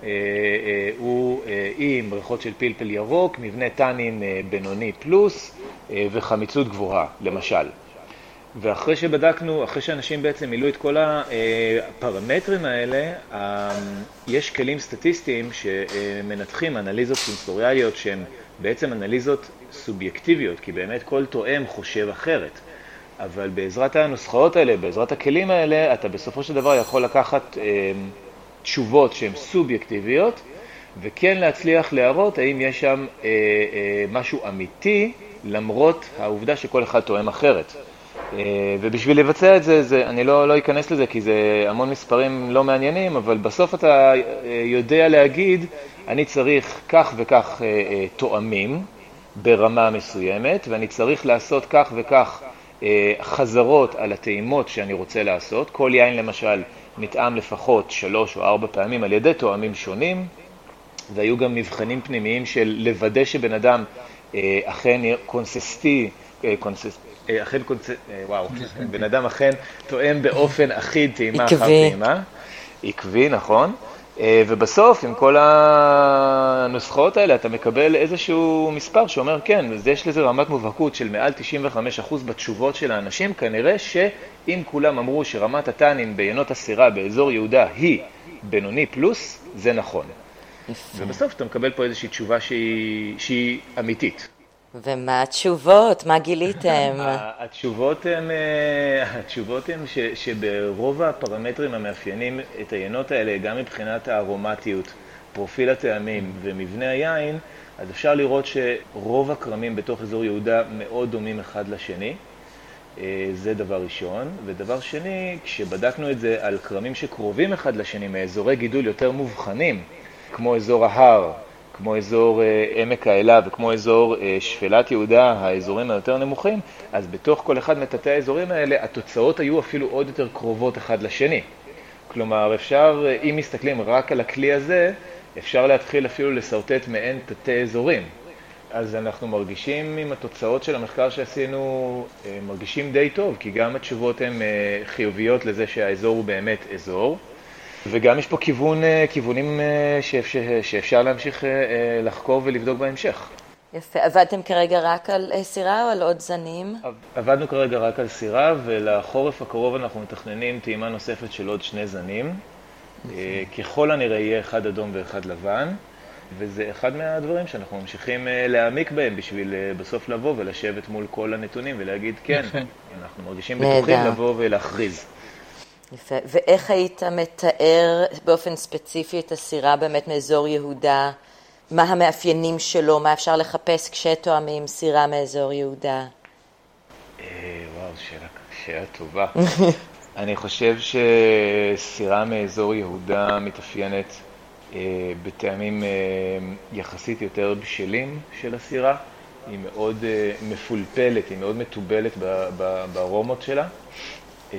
הוא עם ריחות של פלפל ירוק, מבנה תנין בינוני פלוס וחמיצות גבוהה, למשל. ואחרי שבדקנו, אחרי שאנשים בעצם מילאו את כל הפרמטרים האלה, יש כלים סטטיסטיים שמנתחים אנליזות סנסוריאליות שהן בעצם אנליזות סובייקטיביות, כי באמת כל תואם חושב אחרת. אבל בעזרת הנוסחאות האלה, בעזרת הכלים האלה, אתה בסופו של דבר יכול לקחת תשובות שהן סובייקטיביות, וכן להצליח להראות האם יש שם משהו אמיתי, למרות העובדה שכל אחד תואם אחרת. ובשביל לבצע את זה, זה אני לא, לא אכנס לזה כי זה המון מספרים לא מעניינים, אבל בסוף אתה יודע להגיד, אני צריך כך וכך תואמים ברמה מסוימת, ואני צריך לעשות כך וכך חזרות על הטעימות שאני רוצה לעשות. כל יין למשל נטעם לפחות שלוש או ארבע פעמים על ידי תואמים שונים, והיו גם מבחנים פנימיים של לוודא שבן אדם אכן קונסיסטי, קונסיסטי, אכן קונצ... וואו, בן אדם אכן תואם באופן אחיד טעימה אחר טעימה. עקבי, נכון. ובסוף, עם כל הנוסחאות האלה, אתה מקבל איזשהו מספר שאומר, כן, יש לזה רמת מובהקות של מעל תשעים וחמישה אחוז בתשובות של האנשים, כנראה שאם כולם אמרו שרמת הטנין בעיינות הסירה באזור יהודה היא בינוני פלוס, זה נכון. ובסוף אתה מקבל פה איזושהי תשובה שהיא, שהיא אמיתית. ומה התשובות? מה גיליתם? התשובות הן, התשובות הן ש, שברוב הפרמטרים המאפיינים את העיינות האלה, גם מבחינת הארומטיות, פרופיל הטעמים ומבנה היין, אז אפשר לראות שרוב הקרמים בתוך אזור יהודה מאוד דומים אחד לשני. זה דבר ראשון. ודבר שני, כשבדקנו את זה על קרמים שקרובים אחד לשני, מאזורי גידול יותר מובחנים, כמו אזור ההר, כמו אזור עמק האלה וכמו אזור שפלת יהודה, האזורים היותר נמוכים, אז בתוך כל אחד מתתי האזורים האלה, התוצאות היו אפילו עוד יותר קרובות אחד לשני. כלומר, אפשר, אם מסתכלים רק על הכלי הזה, אפשר להתחיל אפילו לסרטט מעין תתי אזורים. אז אנחנו מרגישים עם התוצאות של המחקר שעשינו, מרגישים די טוב, כי גם התשובות הן חיוביות לזה שהאזור הוא באמת אזור. וגם יש פה כיוון, כיוונים שאפשר, שאפשר להמשיך לחקור ולבדוק בהמשך. יפה. עבדתם כרגע רק על סירה או על עוד זנים? עבדנו כרגע רק על סירה, ולחורף הקרוב אנחנו מתכננים טעימה נוספת של עוד שני זנים. ככל הנראה יהיה אחד אדום ואחד לבן, וזה אחד מהדברים שאנחנו ממשיכים להעמיק בהם בשביל בסוף לבוא ולשבת מול כל הנתונים ולהגיד כן, אנחנו מרגישים בטוחים לבוא ולהכריז. יפה. ואיך היית מתאר באופן ספציפי את הסירה באמת מאזור יהודה? מה המאפיינים שלו? מה אפשר לחפש כשתואמים סירה מאזור יהודה? וואו, שאלה, שאלה טובה. אני חושב שסירה מאזור יהודה מתאפיינת בטעמים יחסית יותר בשלים של הסירה. היא מאוד מפולפלת, היא מאוד מטובלת בארומות שלה. Uh,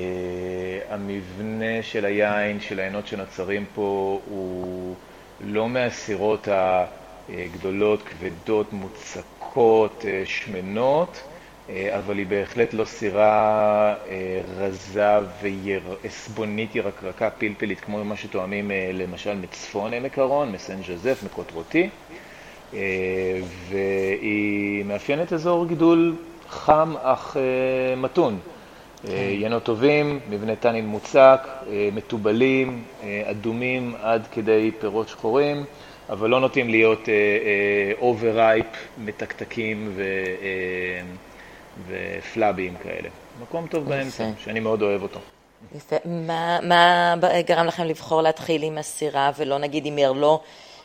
המבנה של היין, של העיינות שנוצרים פה, הוא לא מהסירות הגדולות, כבדות, מוצקות, שמנות, uh, אבל היא בהחלט לא סירה uh, רזה ועסבונית ירקרקה, פלפלית, כמו מה שתואמים uh, למשל מצפון עמק הרון, מסן ז'וזף, מקוטרותי, uh, והיא מאפיינת אזור גידול חם אך uh, מתון. יינות טובים, מבנה טנין מוצק, מטובלים, אדומים עד כדי פירות שחורים, אבל לא נוטים להיות אוברייפ, מתקתקים ופלאביים כאלה. מקום טוב באמצע, שאני מאוד אוהב אותו. יפה. מה, מה גרם לכם לבחור להתחיל עם הסירה ולא נגיד עם מרלו,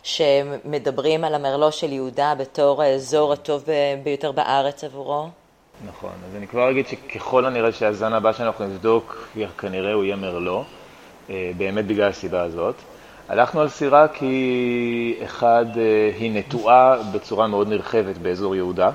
שמדברים על המרלו של יהודה בתור האזור הטוב ביותר בארץ עבורו? נכון, אז אני כבר אגיד שככל הנראה שהזן הבא שאנחנו נבדוק כנראה הוא יהיה מרלו, באמת בגלל הסיבה הזאת. הלכנו על סירה כי אחד היא נטועה בצורה מאוד נרחבת באזור יהודה,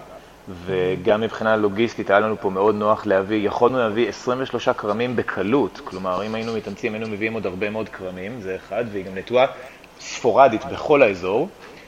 וגם מבחינה לוגיסטית היה לנו פה מאוד נוח להביא, יכולנו להביא עשרים ושלושה קרמים בקלות, כלומר אם היינו מתאמצים היינו מביאים עוד הרבה מאוד קרמים, זה אחד, והיא גם נטועה ספורדית בכל האזור.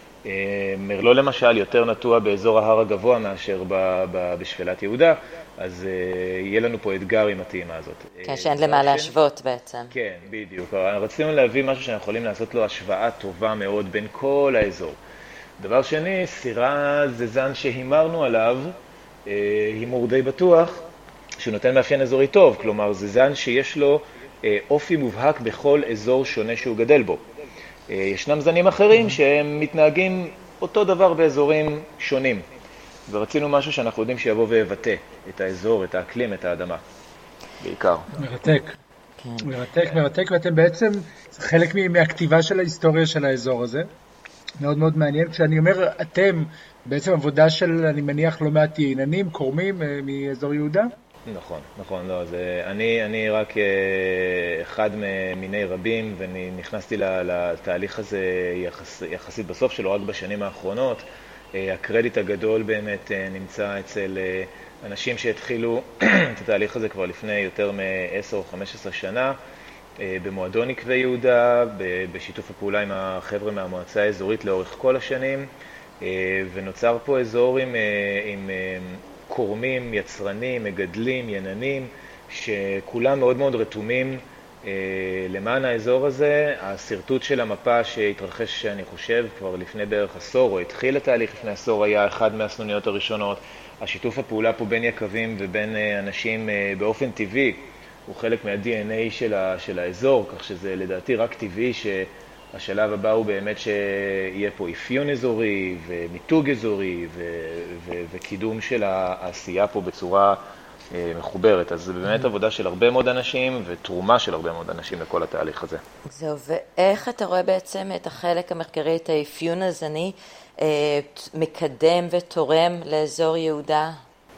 מרלו למשל יותר נטוע באזור ההר הגבוה מאשר ב- ב- בשפלת יהודה, אז uh, יהיה לנו פה אתגר עם הטעימה הזאת. כן, שאין למה להשוות בעצם. כן, בדיוק. רצינו להביא משהו שאנחנו יכולים לעשות לו השוואה טובה מאוד בין כל האזור. דבר שני, סירה זה זן שהימרנו עליו, uh, הימור די בטוח, שהוא נותן מאפיין אזורי טוב, כלומר זה זן שיש לו uh, אופי מובהק בכל אזור שונה שהוא גדל בו. ישנם זנים אחרים שהם מתנהגים אותו דבר באזורים שונים, ורצינו משהו שאנחנו יודעים שיבוא ויבטא את האזור, את האקלים, את האדמה, בעיקר. מרתק, מרתק, מרתק, ואתם בעצם חלק מהכתיבה של ההיסטוריה של האזור הזה, מאוד מאוד מעניין. כשאני אומר אתם, בעצם עבודה של, אני מניח, לא מעט עיננים, קורמים מאזור יהודה? נכון, נכון, לא, זה, אני, אני רק אחד מיני רבים, ואני נכנסתי לתהליך הזה יחס, יחסית בסוף שלו, רק בשנים האחרונות. הקרדיט הגדול באמת נמצא אצל אנשים שהתחילו את התהליך הזה כבר לפני יותר מ-עשר או חמש עשרה שנה, במועדון עקבי יהודה, בשיתוף הפעולה עם החבר'ה מהמועצה האזורית לאורך כל השנים, ונוצר פה אזור עם, עם קורמים, יצרנים, מגדלים, יננים, שכולם מאוד מאוד רתומים אה, למען האזור הזה. הסרטוט של המפה שהתרחש, אני חושב, כבר לפני בערך עשור, או התחיל התהליך לפני עשור, היה אחד מהסנוניות הראשונות. השיתוף הפעולה פה בין יקבים ובין אה, אנשים אה, באופן טבעי, הוא חלק מה-די אן איי של, ה, של האזור, כך שזה לדעתי רק טבעי ש... השלב הבא הוא באמת שיהיה פה אפיון אזורי ומיתוג אזורי ו- ו- וקידום של העשייה פה בצורה אה, מחוברת. אז זה באמת עבודה של הרבה מאוד אנשים ותרומה של הרבה מאוד אנשים לכל התהליך הזה. זהו, ואיך אתה רואה בעצם את החלק המחקרי, את האפיון הזני, אה, מקדם ותורם לאזור יהודה?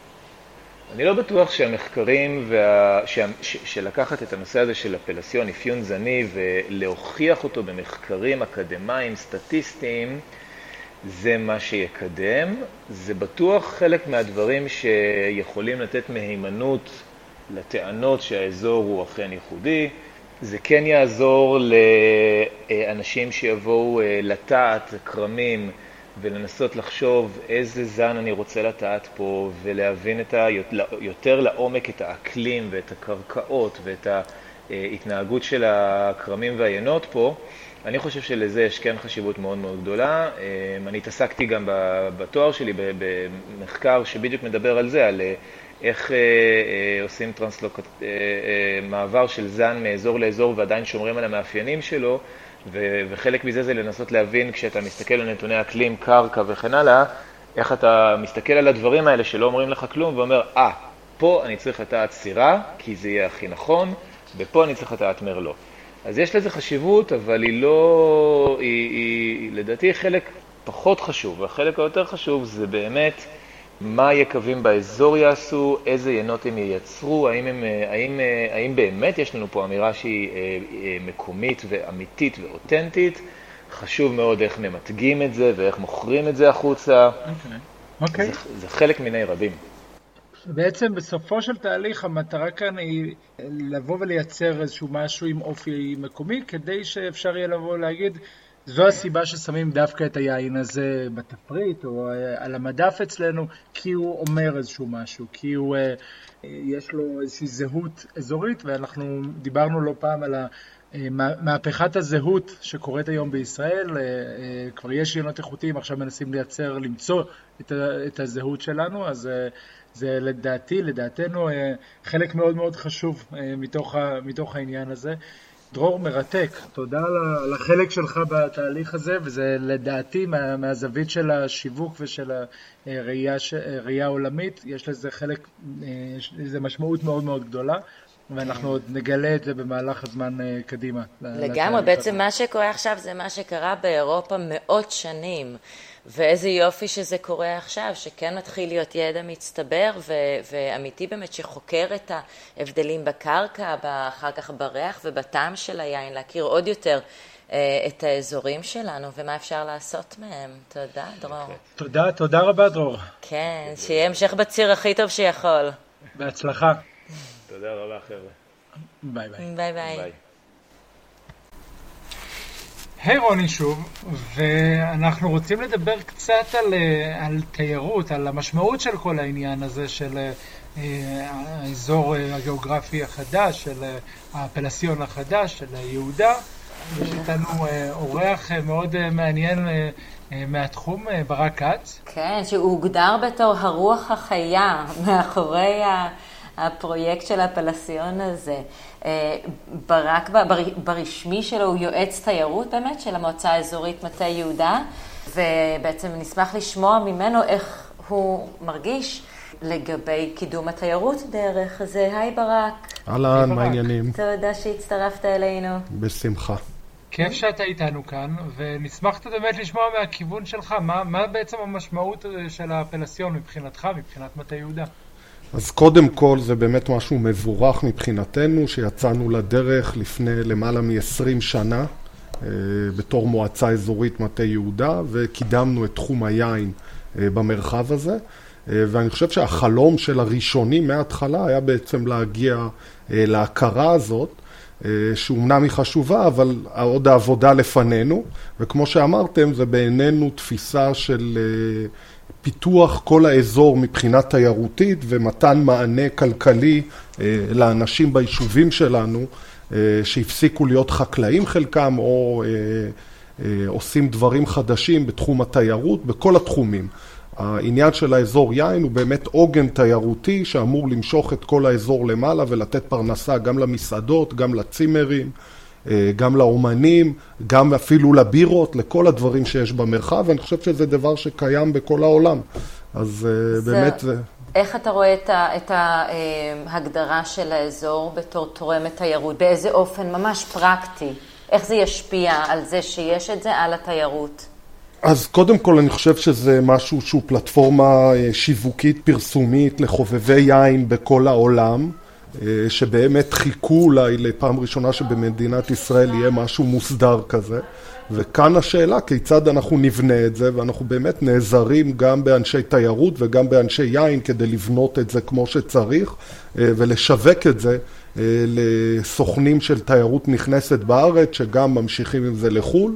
אני לא בטוח שהמחקרים, וה... ש... ש... שלקחת את הנושא הזה של הפלסיון, אפיון זני, ולהוכיח אותו במחקרים אקדמיים, סטטיסטיים, זה מה שיקדם. זה בטוח חלק מהדברים שיכולים לתת מהימנות לטענות שהאזור הוא אכן ייחודי. זה כן יעזור לאנשים שיבואו לטעת קרמים, ולנסות לחשוב איזה זן אני רוצה לטעת פה, ולהבין את ה... יותר לעומק את האקלים ואת הקרקעות ואת ההתנהגות של הקרמים והיינות פה. אני חושב שלזה יש כן חשיבות מאוד מאוד גדולה. אני התעסקתי גם בתואר שלי במחקר שבדיוק מדבר על זה, על איך עושים טרנסלוק... מעבר של זן מאזור לאזור ועדיין שומרים על המאפיינים שלו, וחלק מזה זה לנסות להבין כשאתה מסתכל על נתוני אקלים, קרקע וכן הלאה, איך אתה מסתכל על הדברים האלה שלא אומרים לך כלום ואומר, אה, ah, פה אני צריך לטעת סירה, כי זה יהיה הכי נכון, ופה אני צריך לטעת מרלו. אז יש לזה חשיבות, אבל היא לא, היא, היא, לדעתי חלק פחות חשוב, והחלק היותר חשוב זה באמת מה יקבים באזור יעשו, איזה ינות הם ייצרו, האם, הם, האם, האם באמת יש לנו פה אמירה שהיא מקומית ואמיתית ואותנטית. חשוב מאוד איך ממתגים את זה ואיך מוכרים את זה החוצה. Okay. Okay. זה, זה חלק מיני רבים. בעצם בסופו של תהליך המטרה כאן היא לבוא ולייצר איזשהו משהו עם אופי מקומי, כדי שאפשר יהיה לבוא להגיד, זו הסיבה ששמים דווקא את היין הזה בתפריט או על המדף אצלנו, כי הוא אומר איזשהו משהו, כי הוא, יש לו איזושהי זהות אזורית, ואנחנו דיברנו לא פעם על מהפכת הזהות שקורית היום בישראל. כבר יש ינות איכותיים, עכשיו מנסים לייצר, למצוא את הזהות שלנו, אז זה לדעתי, לדעתנו, חלק מאוד מאוד חשוב מתוך, מתוך העניין הזה. דרור, מרתק, תודה על החלק שלך בתהליך הזה, וזה לדעתי מה, מהזווית של השיווק ושל הראייה, ראייה עולמית, יש לזה חלק, יש לזה משמעות מאוד מאוד גדולה. ואנחנו עוד נגלה את זה במהלך הזמן קדימה. לגמרי, בעצם מה שקורה עכשיו זה מה שקרה באירופה מאות שנים, ואיזה יופי שזה קורה עכשיו, שכן מתחיל להיות ידע מצטבר ו- ואמיתי באמת שחוקר את ההבדלים בקרקע, אחר כך בריח ובטעם של היין, להכיר עוד יותר את האזורים שלנו ומה אפשר לעשות מהם. תודה, דרור. תודה, תודה רבה, דרור. כן, שיהיה המשך בציר הכי טוב שיכול. בהצלחה. תודה רבה, חבר'ה. ביי ביי. ביי ביי. היי רוני שוב, ואנחנו רוצים לדבר קצת על, על תיירות, על המשמעות של כל העניין הזה של האזור הגיאוגרפי החדש, של הפלסיון החדש, של יהודה. יש איתנו אורח מאוד מעניין מהתחום, ברק כץ. כן, שהוא הוגדר בתור הרוח החיה מאחורי הפרויקט של הפלסיון הזה. ברק ברשמי שלו הוא יועץ תיירות באמת של המועצה האזורית מטה יהודה, ובעצם נשמח לשמוע ממנו איך הוא מרגיש לגבי קידום התיירות דרך זה. היי ברק. אהלן, מה העניינים? תודה שהצטרפת אלינו. בשמחה. כיף שאתה איתנו כאן, ונשמחת באמת לשמוע מהכיוון שלך, מה, מה בעצם המשמעות של הפלסיון מבחינתך, מבחינת מטה יהודה? אז קודם כל זה באמת משהו מבורך מבחינתנו, שיצאנו לדרך לפני למעלה מ-עשרים שנה, בתור מועצה אזורית מטה יהודה, וקידמנו את תחום היין במרחב הזה. ואני חושב שהחלום של הראשונים מההתחלה היה בעצם להגיע להכרה הזאת, שאומנם היא חשובה, אבל עוד העבודה לפנינו, וכמו שאמרתם, זה בעינינו תפיסה של פיתוח כל האזור מבחינה תיירותית, ומתן מענה כלכלי לאנשים ביישובים שלנו, שהפסיקו להיות חקלאים חלקם, או עושים דברים חדשים בתחום התיירות, בכל התחומים. העניין של האזור יין הוא באמת עוגן תיירותי שאמור למשוך את כל האזור למעלה ולתת פרנסה גם למסעדות, גם לצימרים, גם לאומנים, גם אפילו לבירות, לכל הדברים שיש במרחב, ואני חושב שזה דבר שקיים בכל העולם. אז זה, באמת זה... איך אתה רואה את, ה, את ההגדרה של האזור בתור תורמת תיירות? באיזה אופן ממש פרקטי? איך זה ישפיע על זה שיש את זה על התיירות? אז קודם כל אני חושב שזה משהו שהוא פלטפורמה שיווקית פרסומית לחובבי יין בכל העולם, שבאמת חיכו אולי לפעם ראשונה שבמדינת ישראל יהיה משהו מוסדר כזה. וכאן השאלה כיצד אנחנו נבנה את זה, ואנחנו באמת נעזרים גם באנשי תיירות וגם באנשי יין כדי לבנות את זה כמו שצריך, ולשווק את זה לסוכנים של תיירות נכנסת בארץ, שגם ממשיכים עם זה לחול.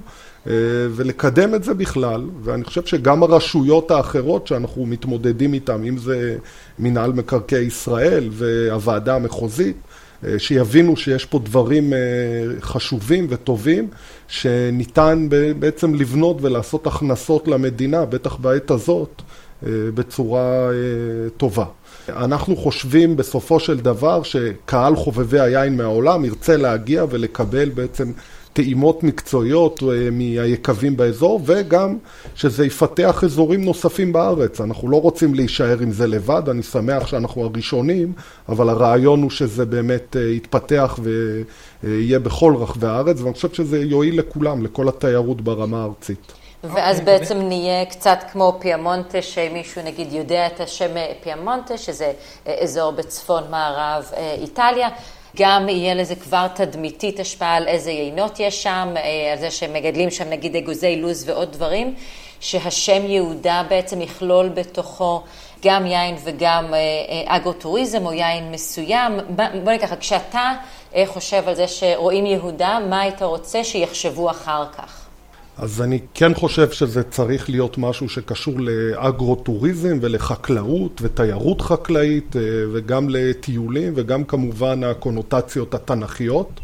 ולקדם את זה בכלל, ואני חושב שגם הרשויות האחרות שאנחנו מתמודדים איתן, אם זה מנהל מקרקעי ישראל והוועדה המחוזית, שיבינו שיש פה דברים חשובים וטובים, שניתן בעצם לבנות ולעשות הכנסות למדינה, בטח בעת הזאת, בצורה טובה. אנחנו חושבים בסופו של דבר שקהל חובבי היין מהעולם ירצה להגיע ולקבל בעצם טעימות מקצועיות מהיקבים באזור, וגם שזה יפתח אזורים נוספים בארץ. אנחנו לא רוצים להישאר עם זה לבד, אני שמח שאנחנו הראשונים, אבל הרעיון הוא שזה באמת יתפתח ויהיה בכל רחבי הארץ, ואני חושב שזה יועיל לכולם, לכל התיירות ברמה הארצית. ואז בעצם נהיה קצת כמו פיאמונטה, שמישהו נגיד יודע את השם פיאמונטה, שזה אזור בצפון מערב איטליה, גם יהיה לזה כבר תדמיתית השפעה על איזה יינות יש שם, על זה שמגדלים שם נגיד אגוזי לוז ועוד דברים, שהשם יהודה בעצם יכלול בתוכו גם יין וגם אגרוטוריזם או יין מסוים. בוא ניקח, כשאתה חושב על זה שרואים יהודה, מה היית רוצה שיחשבו אחר כך? אז אני כן חושב שזה צריך להיות משהו שקשור לאגרוטוריזם ולחקלאות ותיירות חקלאית וגם לטיולים וגם כמובן הקונוטציות התנכיות.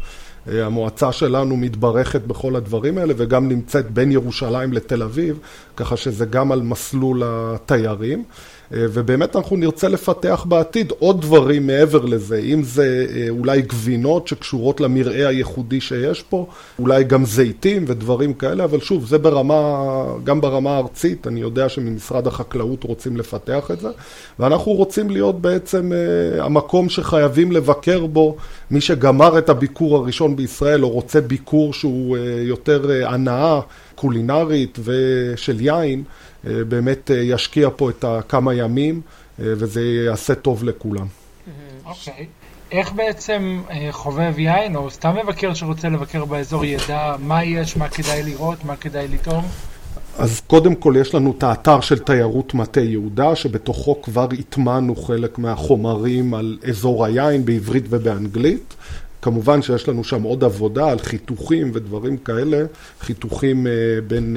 המועצה שלנו מתברכת בכל הדברים האלה, וגם נמצאת בין ירושלים לתל אביב, ככה שזה גם על מסלול התיירים. ובאמת אנחנו נרצה לפתח בעתיד עוד דברים מעבר לזה, אם זה אולי גבינות שקשורות למראה הייחודי שיש פה, אולי גם זיתים ודברים כאלה, אבל שוב, זה ברמה, גם ברמה הארצית, אני יודע שממשרד החקלאות רוצים לפתח את זה, ואנחנו רוצים להיות בעצם המקום שחייבים לבקר בו, מי שגמר את הביקור הראשון בישראל, או רוצה ביקור שהוא יותר הנאה קולינרית ושל יין, באמת ישקיע פה את כמה ימים, וזה יעשה טוב לכולם. אוקיי. איך בעצם חובב יין, או סתם מבקר שרוצה לבקר באזור, ידע מה יש, מה כדאי לראות, מה כדאי לטעום? אז קודם כל יש לנו את האתר של תיירות מטה יהודה, שבתוכו כבר התמנו חלק מהחומרים על אזור היין בעברית ובאנגלית. כמובן שיש לנו שם עוד עבודה על חיתוכים ודברים כאלה, חיתוכים בין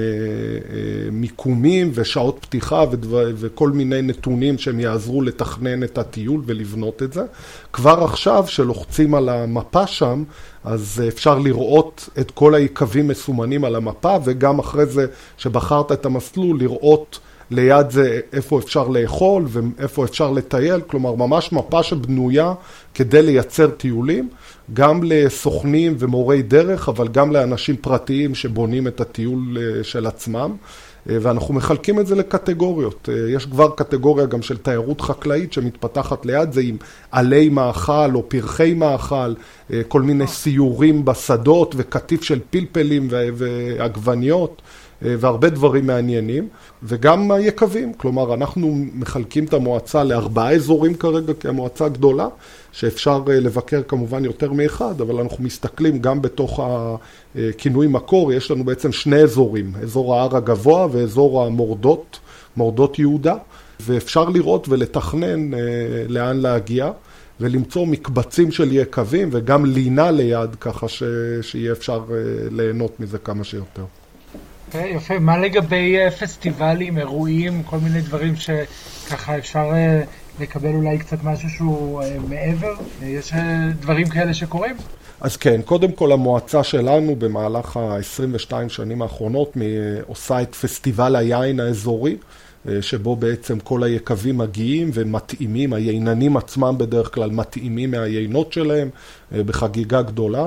מיקומים ושעות פתיחה וכל מיני נתונים שהם יעזרו לתכנן את הטיול ולבנות את זה. כבר עכשיו שלוחצים על המפה שם, אז אפשר לראות את כל היקבים מסומנים על המפה, וגם אחרי זה שבחרת את המסלול לראות ליד זה איפה אפשר לאכול ואיפה אפשר לטייל, כלומר ממש מפה שבנויה כדי לייצר טיולים, גם לסוכנים ומורי דרך, אבל גם לאנשים פרטיים שבונים את הטיול של עצמם, ואנחנו מחלקים את זה לקטגוריות. יש כבר קטגוריה גם של תיירות חקלאית שמתפתחת ליד זה עם עלי מאכל או פרחי מאכל, כל מיני סיורים בשדות וכתיף של פלפלים ועגבניות, והרבה דברים מעניינים, וגם היקבים. כלומר, אנחנו מחלקים את המועצה לארבעה אזורים כרגע, כי המועצה גדולה, שאפשר לבקר כמובן יותר מאחד, אבל אנחנו מסתכלים גם בתוך הכינוי מקור, יש לנו בעצם שני אזורים, אזור ההר הגבוה ואזור המורדות, מורדות יהודה, ואפשר לראות ולתכנן לאן להגיע, ולמצוא מקבצים של יקבים, וגם לינה ליד, ככה ש... שיהיה אפשר ליהנות מזה כמה שיותר. Okay, יפה. מה לגבי פסטיבלים, אירועים, כל מיני דברים שככה אפשר לקבל אולי קצת משהו שהוא מעבר? יש דברים כאלה שקורים? אז כן, קודם כל המועצה שלנו במהלך ה-עשרים ושתיים שנים האחרונות עושה את פסטיבל היין האזורי, שבו בעצם כל היקבים מגיעים ומתאימים, הייננים עצמם בדרך כלל מתאימים מהיינות שלהם בחגיגה גדולה.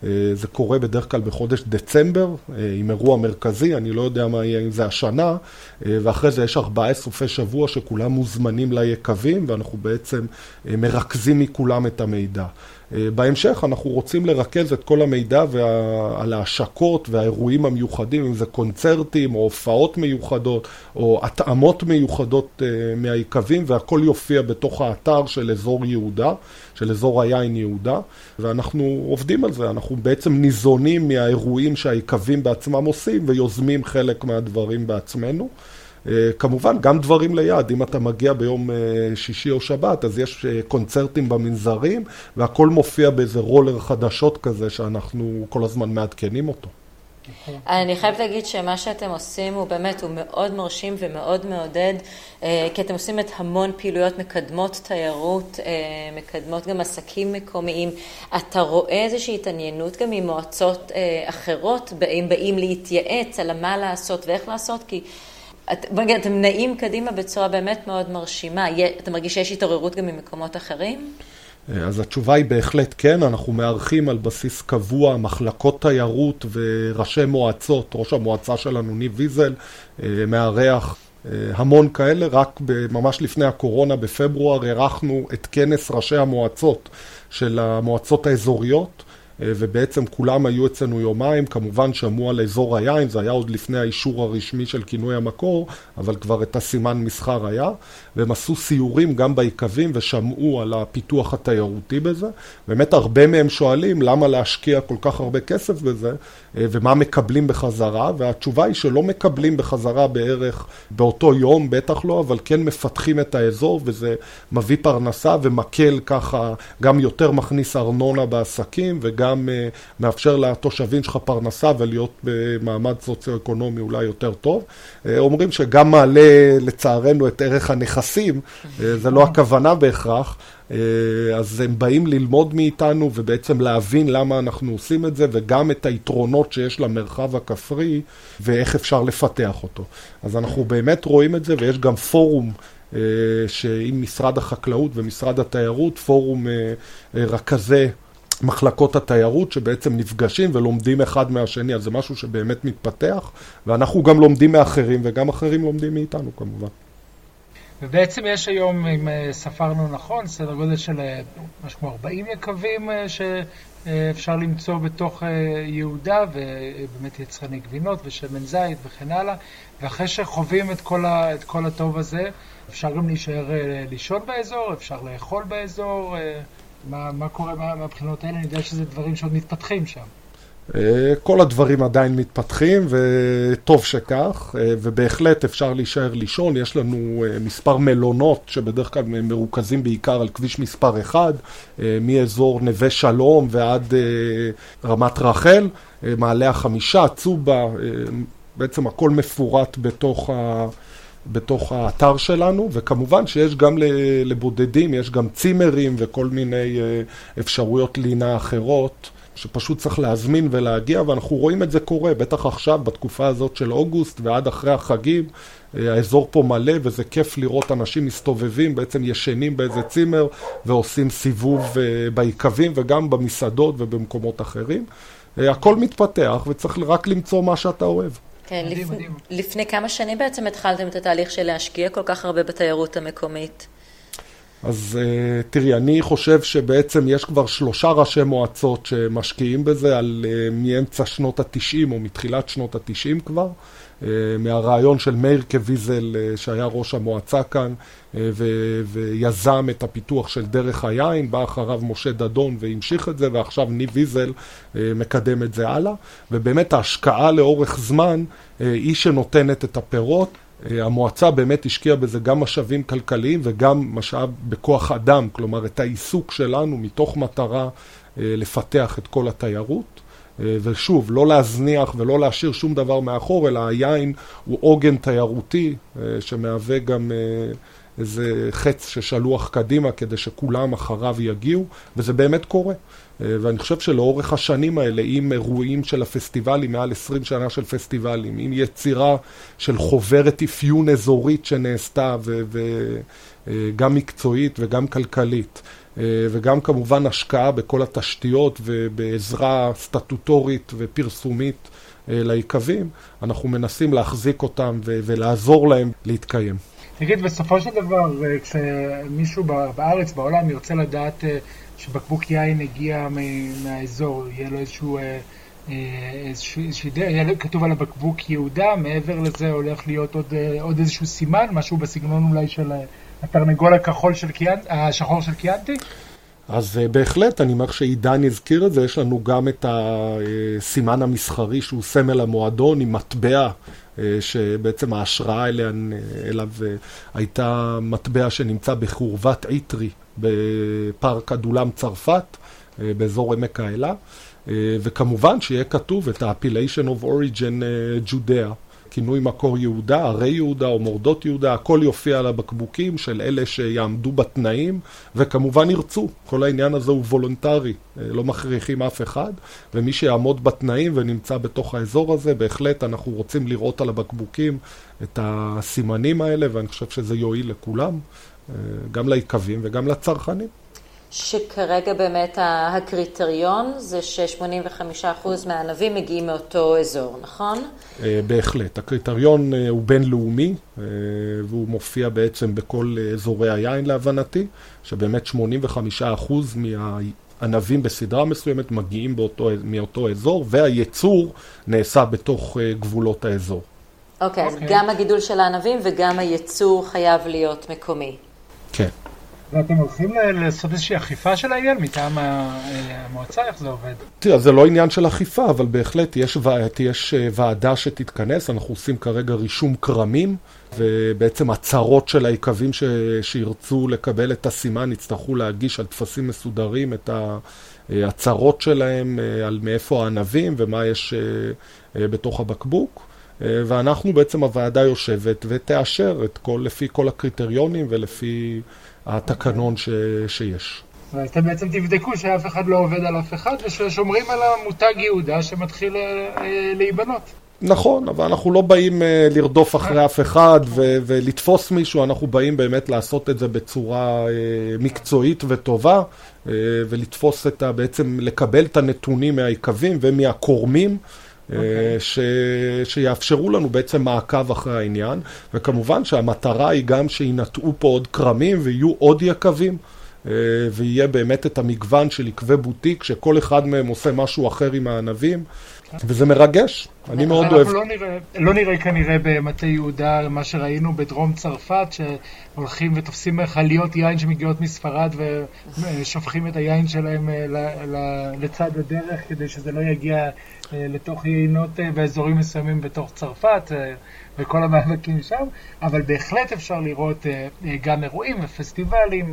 זה קורה בדרך כלל בחודש דצמבר, עם אירוע מרכזי, אני לא יודע מה יהיה אם זה השנה, ואחרי זה יש ארבעה סופי שבוע שכולם מוזמנים ליקבים, ואנחנו בעצם מרכזים מכולם את המידע. בהמשך אנחנו רוצים לרכז את כל המידע על ההשקות והאירועים המיוחדים, אם זה קונצרטים או הופעות מיוחדות או התאמות מיוחדות מהיקבים, והכל יופיע בתוך האתר של אזור יהודה, של אזור היין יהודה, ואנחנו עובדים על זה, אנחנו בעצם ניזונים מהאירועים שהיקבים בעצמם עושים ויוזמים חלק מהדברים בעצמנו. כמובן, גם דברים ליד, אם אתה מגיע ביום שישי או שבת, אז יש קונצרטים במנזרים, והכל מופיע באיזה רולר חדשות כזה, שאנחנו כל הזמן מעדכנים אותו. אני חייבת להגיד שמה שאתם עושים הוא באמת, הוא מאוד מרשים ומאוד מעודד, כי אתם עושים את המון פעילויות מקדמות תיירות, מקדמות גם עסקים מקומיים. אתה רואה איזושהי התעניינות גם ממועצות אחרות, אם באים להתייעץ על מה לעשות ואיך לעשות, כי אתם נעים קדימה בצורה באמת מאוד מרשימה. אתה מרגיש שיש התעוררות גם ממקומות אחרים? אז התשובה היא בהחלט כן, אנחנו מארחים על בסיס קבוע מחלקות תיירות וראשי מועצות, ראש המועצה שלנו ניב ויזל, מארח המון כאלה, רק ממש לפני הקורונה בפברואר ערכנו את כנס ראשי המועצות של המועצות האזוריות, ובעצם כולם היו אצלנו יומיים, כמובן שמעו על אזור היין, זה היה עוד לפני האישור הרשמי של כינוי המקור, אבל כבר את הסימן מסחר היה, והם עשו סיורים גם ביקבים ושמעו על הפיתוח התיירותי בזה. באמת הרבה מהם שואלים למה להשקיע כל כך הרבה כסף בזה, ומה מקבלים בחזרה, והתשובה היא שלא מקבלים בחזרה בערך באותו יום, בטח לא, אבל כן מפתחים את האזור, וזה מביא פרנסה ומקל ככה, גם יותר מכניס ארנונה בעסקים, וגם וגם מאפשר לתושבים שלך פרנסה ולהיות במעמד סוציו-אקונומי אולי יותר טוב. אומרים שגם מעלה לצערנו את ערך הנכסים, זה לא הכוונה בהכרח, אז הם באים ללמוד מאיתנו ובעצם להבין למה אנחנו עושים את זה, וגם את היתרונות שיש למרחב הכפרי ואיך אפשר לפתח אותו. אז אנחנו באמת רואים את זה, ויש גם פורום שעם משרד החקלאות ומשרד התיירות, פורום רכזי מחלקות התיירות שבעצם נפגשים ולומדים אחד מהשני, אז זה משהו שבאמת מתפתח, ואנחנו גם לומדים מאחרים וגם אחרים לומדים מאיתנו כמובן. ובעצם יש היום, אם ספרנו נכון, סדר גודל של משהו כמו ארבעים יקבים שאפשר למצוא בתוך יהודה, ובאמת יצרני גבינות ושמן זית וכן הלאה, ואחרי שחווים את כל, ה, את כל הטוב הזה, אפשר גם להישאר לישון באזור, אפשר לאכול באזור, מה, מה קורה מהבחינות האלה? אני יודע שזה דברים שעוד מתפתחים שם. כל הדברים עדיין מתפתחים, וטוב שכך, ובהחלט אפשר להישאר לישון. יש לנו מספר מלונות שבדרך כלל מרוכזים בעיקר על כביש מספר אחד, מאזור נווה שלום ועד רמת רחל, מעלה החמישה, צובה, בעצם הכל מפורט בתוך ה... בתוך האתר שלנו, וכמובן שיש גם לבודדים, יש גם צימרים וכל מיני אפשרויות לינה אחרות, שפשוט צריך להזמין ולהגיע, ואנחנו רואים את זה קורה, בטח עכשיו, בתקופה הזאת של אוגוסט ועד אחרי החגים, האזור פה מלא, וזה כיף לראות אנשים מסתובבים, בעצם ישנים באיזה צימר, ועושים סיבוב בעיקבים, וגם במסעדות ובמקומות אחרים. הכל מתפתח, וצריך רק למצוא מה שאתה אוהב. כן, לפ... לפני כמה שנים בעצם התחלתם את התהליך של להשקיע כל כך הרבה בתיירות המקומית? אז תראי, אני חושב שבעצם יש כבר שלושה ראשי מועצות שמשקיעים בזה על מאמצע שנות התשעים או מתחילת שנות התשעים כבר, מהרעיון של מאיר קוויזל שהיה ראש המועצה כאן ו- ויזם את הפיתוח של דרך היין, בא אחריו משה דדון והמשיך את זה, ועכשיו ניב ויזל מקדם את זה הלאה, ובאמת ההשקעה לאורך זמן היא שנותנת את הפירות. המועצה באמת השקיעה בזה גם משאבים כלכליים וגם משאב בכוח אדם, כלומר את העיסוק שלנו מתוך מטרה לפתח את כל התיירות. ושוב, לא להזניח ולא להשאיר שום דבר מאחור, אלא היין הוא עוגן תיירותי שמהווה גם איזה חץ ששלוח קדימה כדי שכולם אחריו יגיעו, וזה באמת קורה. ואני חושב שלאורך השנים האלה, עם אירועים של הפסטיבלים, מעל עשרים שנה של פסטיבלים, עם יצירה של חוברת אפיון אזורית שנעשתה, וגם מקצועית וגם כלכלית, וגם כמובן השקעה בכל התשתיות ובעזרה סטטוטורית ופרסומית ליקבים, אנחנו מנסים להחזיק אותם ולעזור להם להתקיים. תגיד, בסופו של דבר, כשמישהו בארץ, בעולם, ירצה לדעת שבקבוק יין הגיע מהאזור, יהיה לו איזשהו, איזשהו, איזשהו דרך, יהיה כתוב על הבקבוק יהודה, מעבר לזה הולך להיות עוד, עוד איזשהו סימן, משהו בסגנון אולי של התרנגול הכחול של קיאנטי, השחור של קיאנטי? אז בהחלט, אני אומר שעידן הזכיר את זה, יש לנו גם את הסימן המסחרי שהוא סמל המועדון עם מטבע, שבעצם ההשראה אליה, אליו הייתה מטבע שנמצא בחורבת עיטרי בפארק אדולם צרפת, באזור עמק האלה, וכמובן שיהיה כתוב את ה-Appellation of Origin Judea, כינוי מקור יהודה, ערי יהודה או מורדות יהודה, הכל יופיע על הבקבוקים של אלה שיעמדו בתנאים, וכמובן ירצו. כל העניין הזה הוא וולונטרי, לא מכריחים אף אחד, ומי שיעמוד בתנאים ונמצא בתוך האזור הזה, בהחלט אנחנו רוצים לראות על הבקבוקים את הסימנים האלה, ואני חושב שזה יועיל לכולם, גם ליקבים וגם לצרכנים. שכרגע באמת הקריטריון זה ש-שמונים וחמישה אחוז מהענבים מגיעים מאותו אזור, נכון? בהחלט. הקריטריון הוא בינלאומי, והוא מופיע בעצם בכל אזורי היין להבנתי, שבאמת שמונים וחמישה אחוז מהענבים בסדרה מסוימת מגיעים באותו, מאותו אזור, והייצור נעשה בתוך גבולות האזור. אוקיי, אז גם הגידול של הענבים וגם הייצור חייב להיות מקומי. כן. ואתם הולכים לעשות איזושהי אכיפה של העניין מטעם המועצה, איך זה עובד? תראה, זה לא עניין של אכיפה, אבל בהחלט יש, יש ועדה שתתכנס, אנחנו עושים כרגע רישום קרמים, ובעצם הצרות של היקבים ש, שירצו לקבל את הסימן, יצטרכו להגיש על תפסים מסודרים את הצרות שלהם, על מאיפה הענבים ומה יש בתוך הבקבוק. ואנחנו בעצם הוועדה יושבת ותאשר את כל, לפי כל הקריטריונים ולפי התקנון ש, שיש. ואתם בעצם תבדקו שאף אחד לא עובד על אף אחד וששומרים על המותג יהודה שמתחיל להיבנות. נכון, אבל אנחנו לא באים לרדוף אחרי אף אחד ו- ולתפוס מישהו, אנחנו באים באמת לעשות את זה בצורה מקצועית וטובה ולתפוס את ה... בעצם לקבל את הנתונים מהעיקבים ומהקורמים Okay. ש... שיאפשרו לנו בעצם מעקב אחרי העניין, וכמובן שהמטרה היא גם שינטעו פה עוד קרמים ויהיו עוד יקבים, ויהיה באמת את המגוון של עקבי בוטיק, שכל אחד מהם עושה משהו אחר עם הענבים, וזה מרגש. אני מאוד אוהב. אנחנו לא נראה, לא נראה כנראה במטה יהודה מה שראינו בדרום צרפת, שהולכים ותופסים חליות יין שמגיעות מספרד ושופכים את היין שלהם לצד הדרך כדי שזה לא יגיע לתוך יינות באזורים מסוימים בתוך צרפת וכל המאבקים שם, אבל בהחלט אפשר לראות גם אירועים ופסטיבלים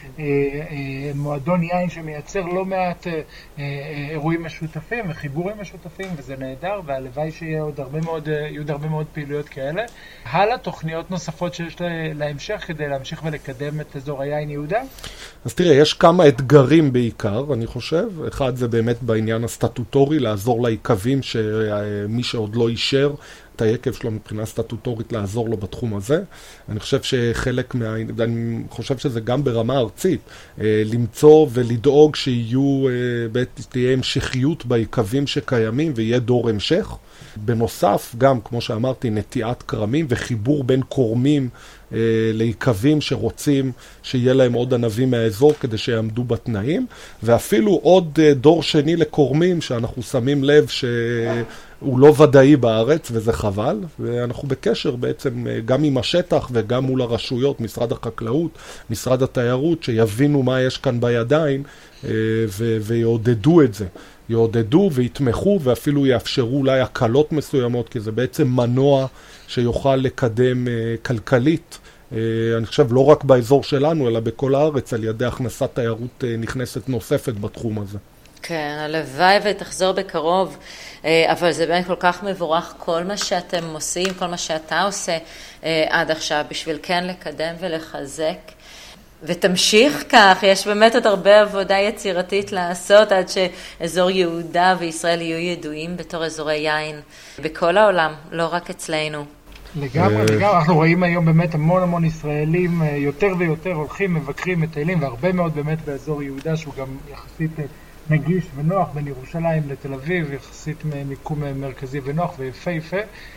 ומועדון יין שמייצר לא מעט אירועים משותפים וחיבורים משותפים, וזה נהדר, והלוואי שיהיה עוד הרבה מאוד, יהיו עוד הרבה מאוד פעילויות כאלה. הלאה, תוכניות נוספות שיש להמשך כדי להמשיך ולקדם את אזור היין יהודה? אז תראה, יש כמה אתגרים בעיקר, אני חושב. אחד זה באמת בעניין הסטטוטורי, לעזור לעיקבים שמי שעוד לא אישר את היקב שלו מבחינה סטטוטורית, לעזור לו בתחום הזה. אני חושב שחלק מה... אני חושב שזה גם ברמה ארצית, למצוא ולדאוג שיהיו, תהיה המשכיות בעיקבים שקיימים ויהיה דור המשך. בנוסף, גם, כמו שאמרתי, נטיעת קרמים וחיבור בין קורמים אה, לעיקבים שרוצים שיהיה להם עוד ענבים מהאזור כדי שיעמדו בתנאים, ואפילו עוד אה, דור שני לקורמים שאנחנו שמים לב שהוא לא ודאי בארץ, וזה חבל, ואנחנו בקשר בעצם אה, גם עם השטח וגם מול הרשויות, משרד החקלאות, משרד התיירות, שיבינו מה יש כאן בידיים אה, ו- ויעודדו את זה. יעודדו ויתמכו ואפילו יאפשרו אולי הקלות מסוימות, כי זה בעצם מנוע שיוכל לקדם uh, כלכלית, uh, אני חושב לא רק באזור שלנו, אלא בכל הארץ, על ידי הכנסת תיירות uh, נכנסת נוספת בתחום הזה. כן, הלוואי ותחזור בקרוב, אבל זה באמת כל כך מבורך כל מה שאתם עושים, כל מה שאתה עושה uh, עד עכשיו, בשביל כן לקדם ולחזק. ותמשיך כך, יש באמת עוד הרבה עבודה יצירתית לעשות עד שאזור יהודה וישראל יהיו ידועים בתור אזורי יין בכל העולם, לא רק אצלנו. לגמרי, לגמרי, אנחנו רואים היום באמת המון המון ישראלים יותר ויותר הולכים, מבקרים, מטיילים, והרבה מאוד באמת באזור יהודה שהוא גם יחסית נגיש ונוח בין ירושלים לתל אביב, יחסית מיקום מרכזי ונוח ויפה יפה,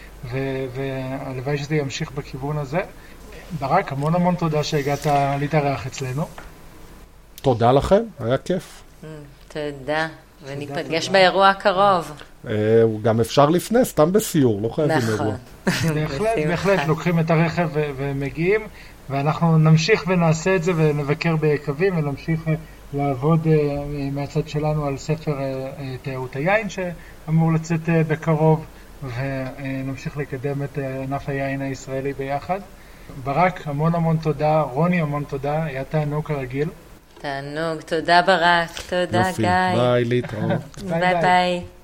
והלוואי שזה ימשיך בכיוון הזה. ברק, המון המון תודה שהגעת להתארח אצלנו. תודה לכם, היה כיף. תודה, וניפגש באירוע הקרוב. גם אפשר לפני, סתם בסיור, לא חייבים אירוע. בהחלט, בהחלט, לוקחים את הרכב ומגיעים, ואנחנו נמשיך ונעשה את זה ונבקר ביקבים, ונמשיך לעבוד מהצד שלנו על ספר תיירות היין שאמור לצאת בקרוב, ונמשיך לקדם את ענף היין הישראלי ביחד. ברק, המון המון תודה, רוני המון תודה, היה תענוג כרגיל. תענוג, תודה ברק, תודה יופי, גיא. ביי, להתראות. ביי ביי.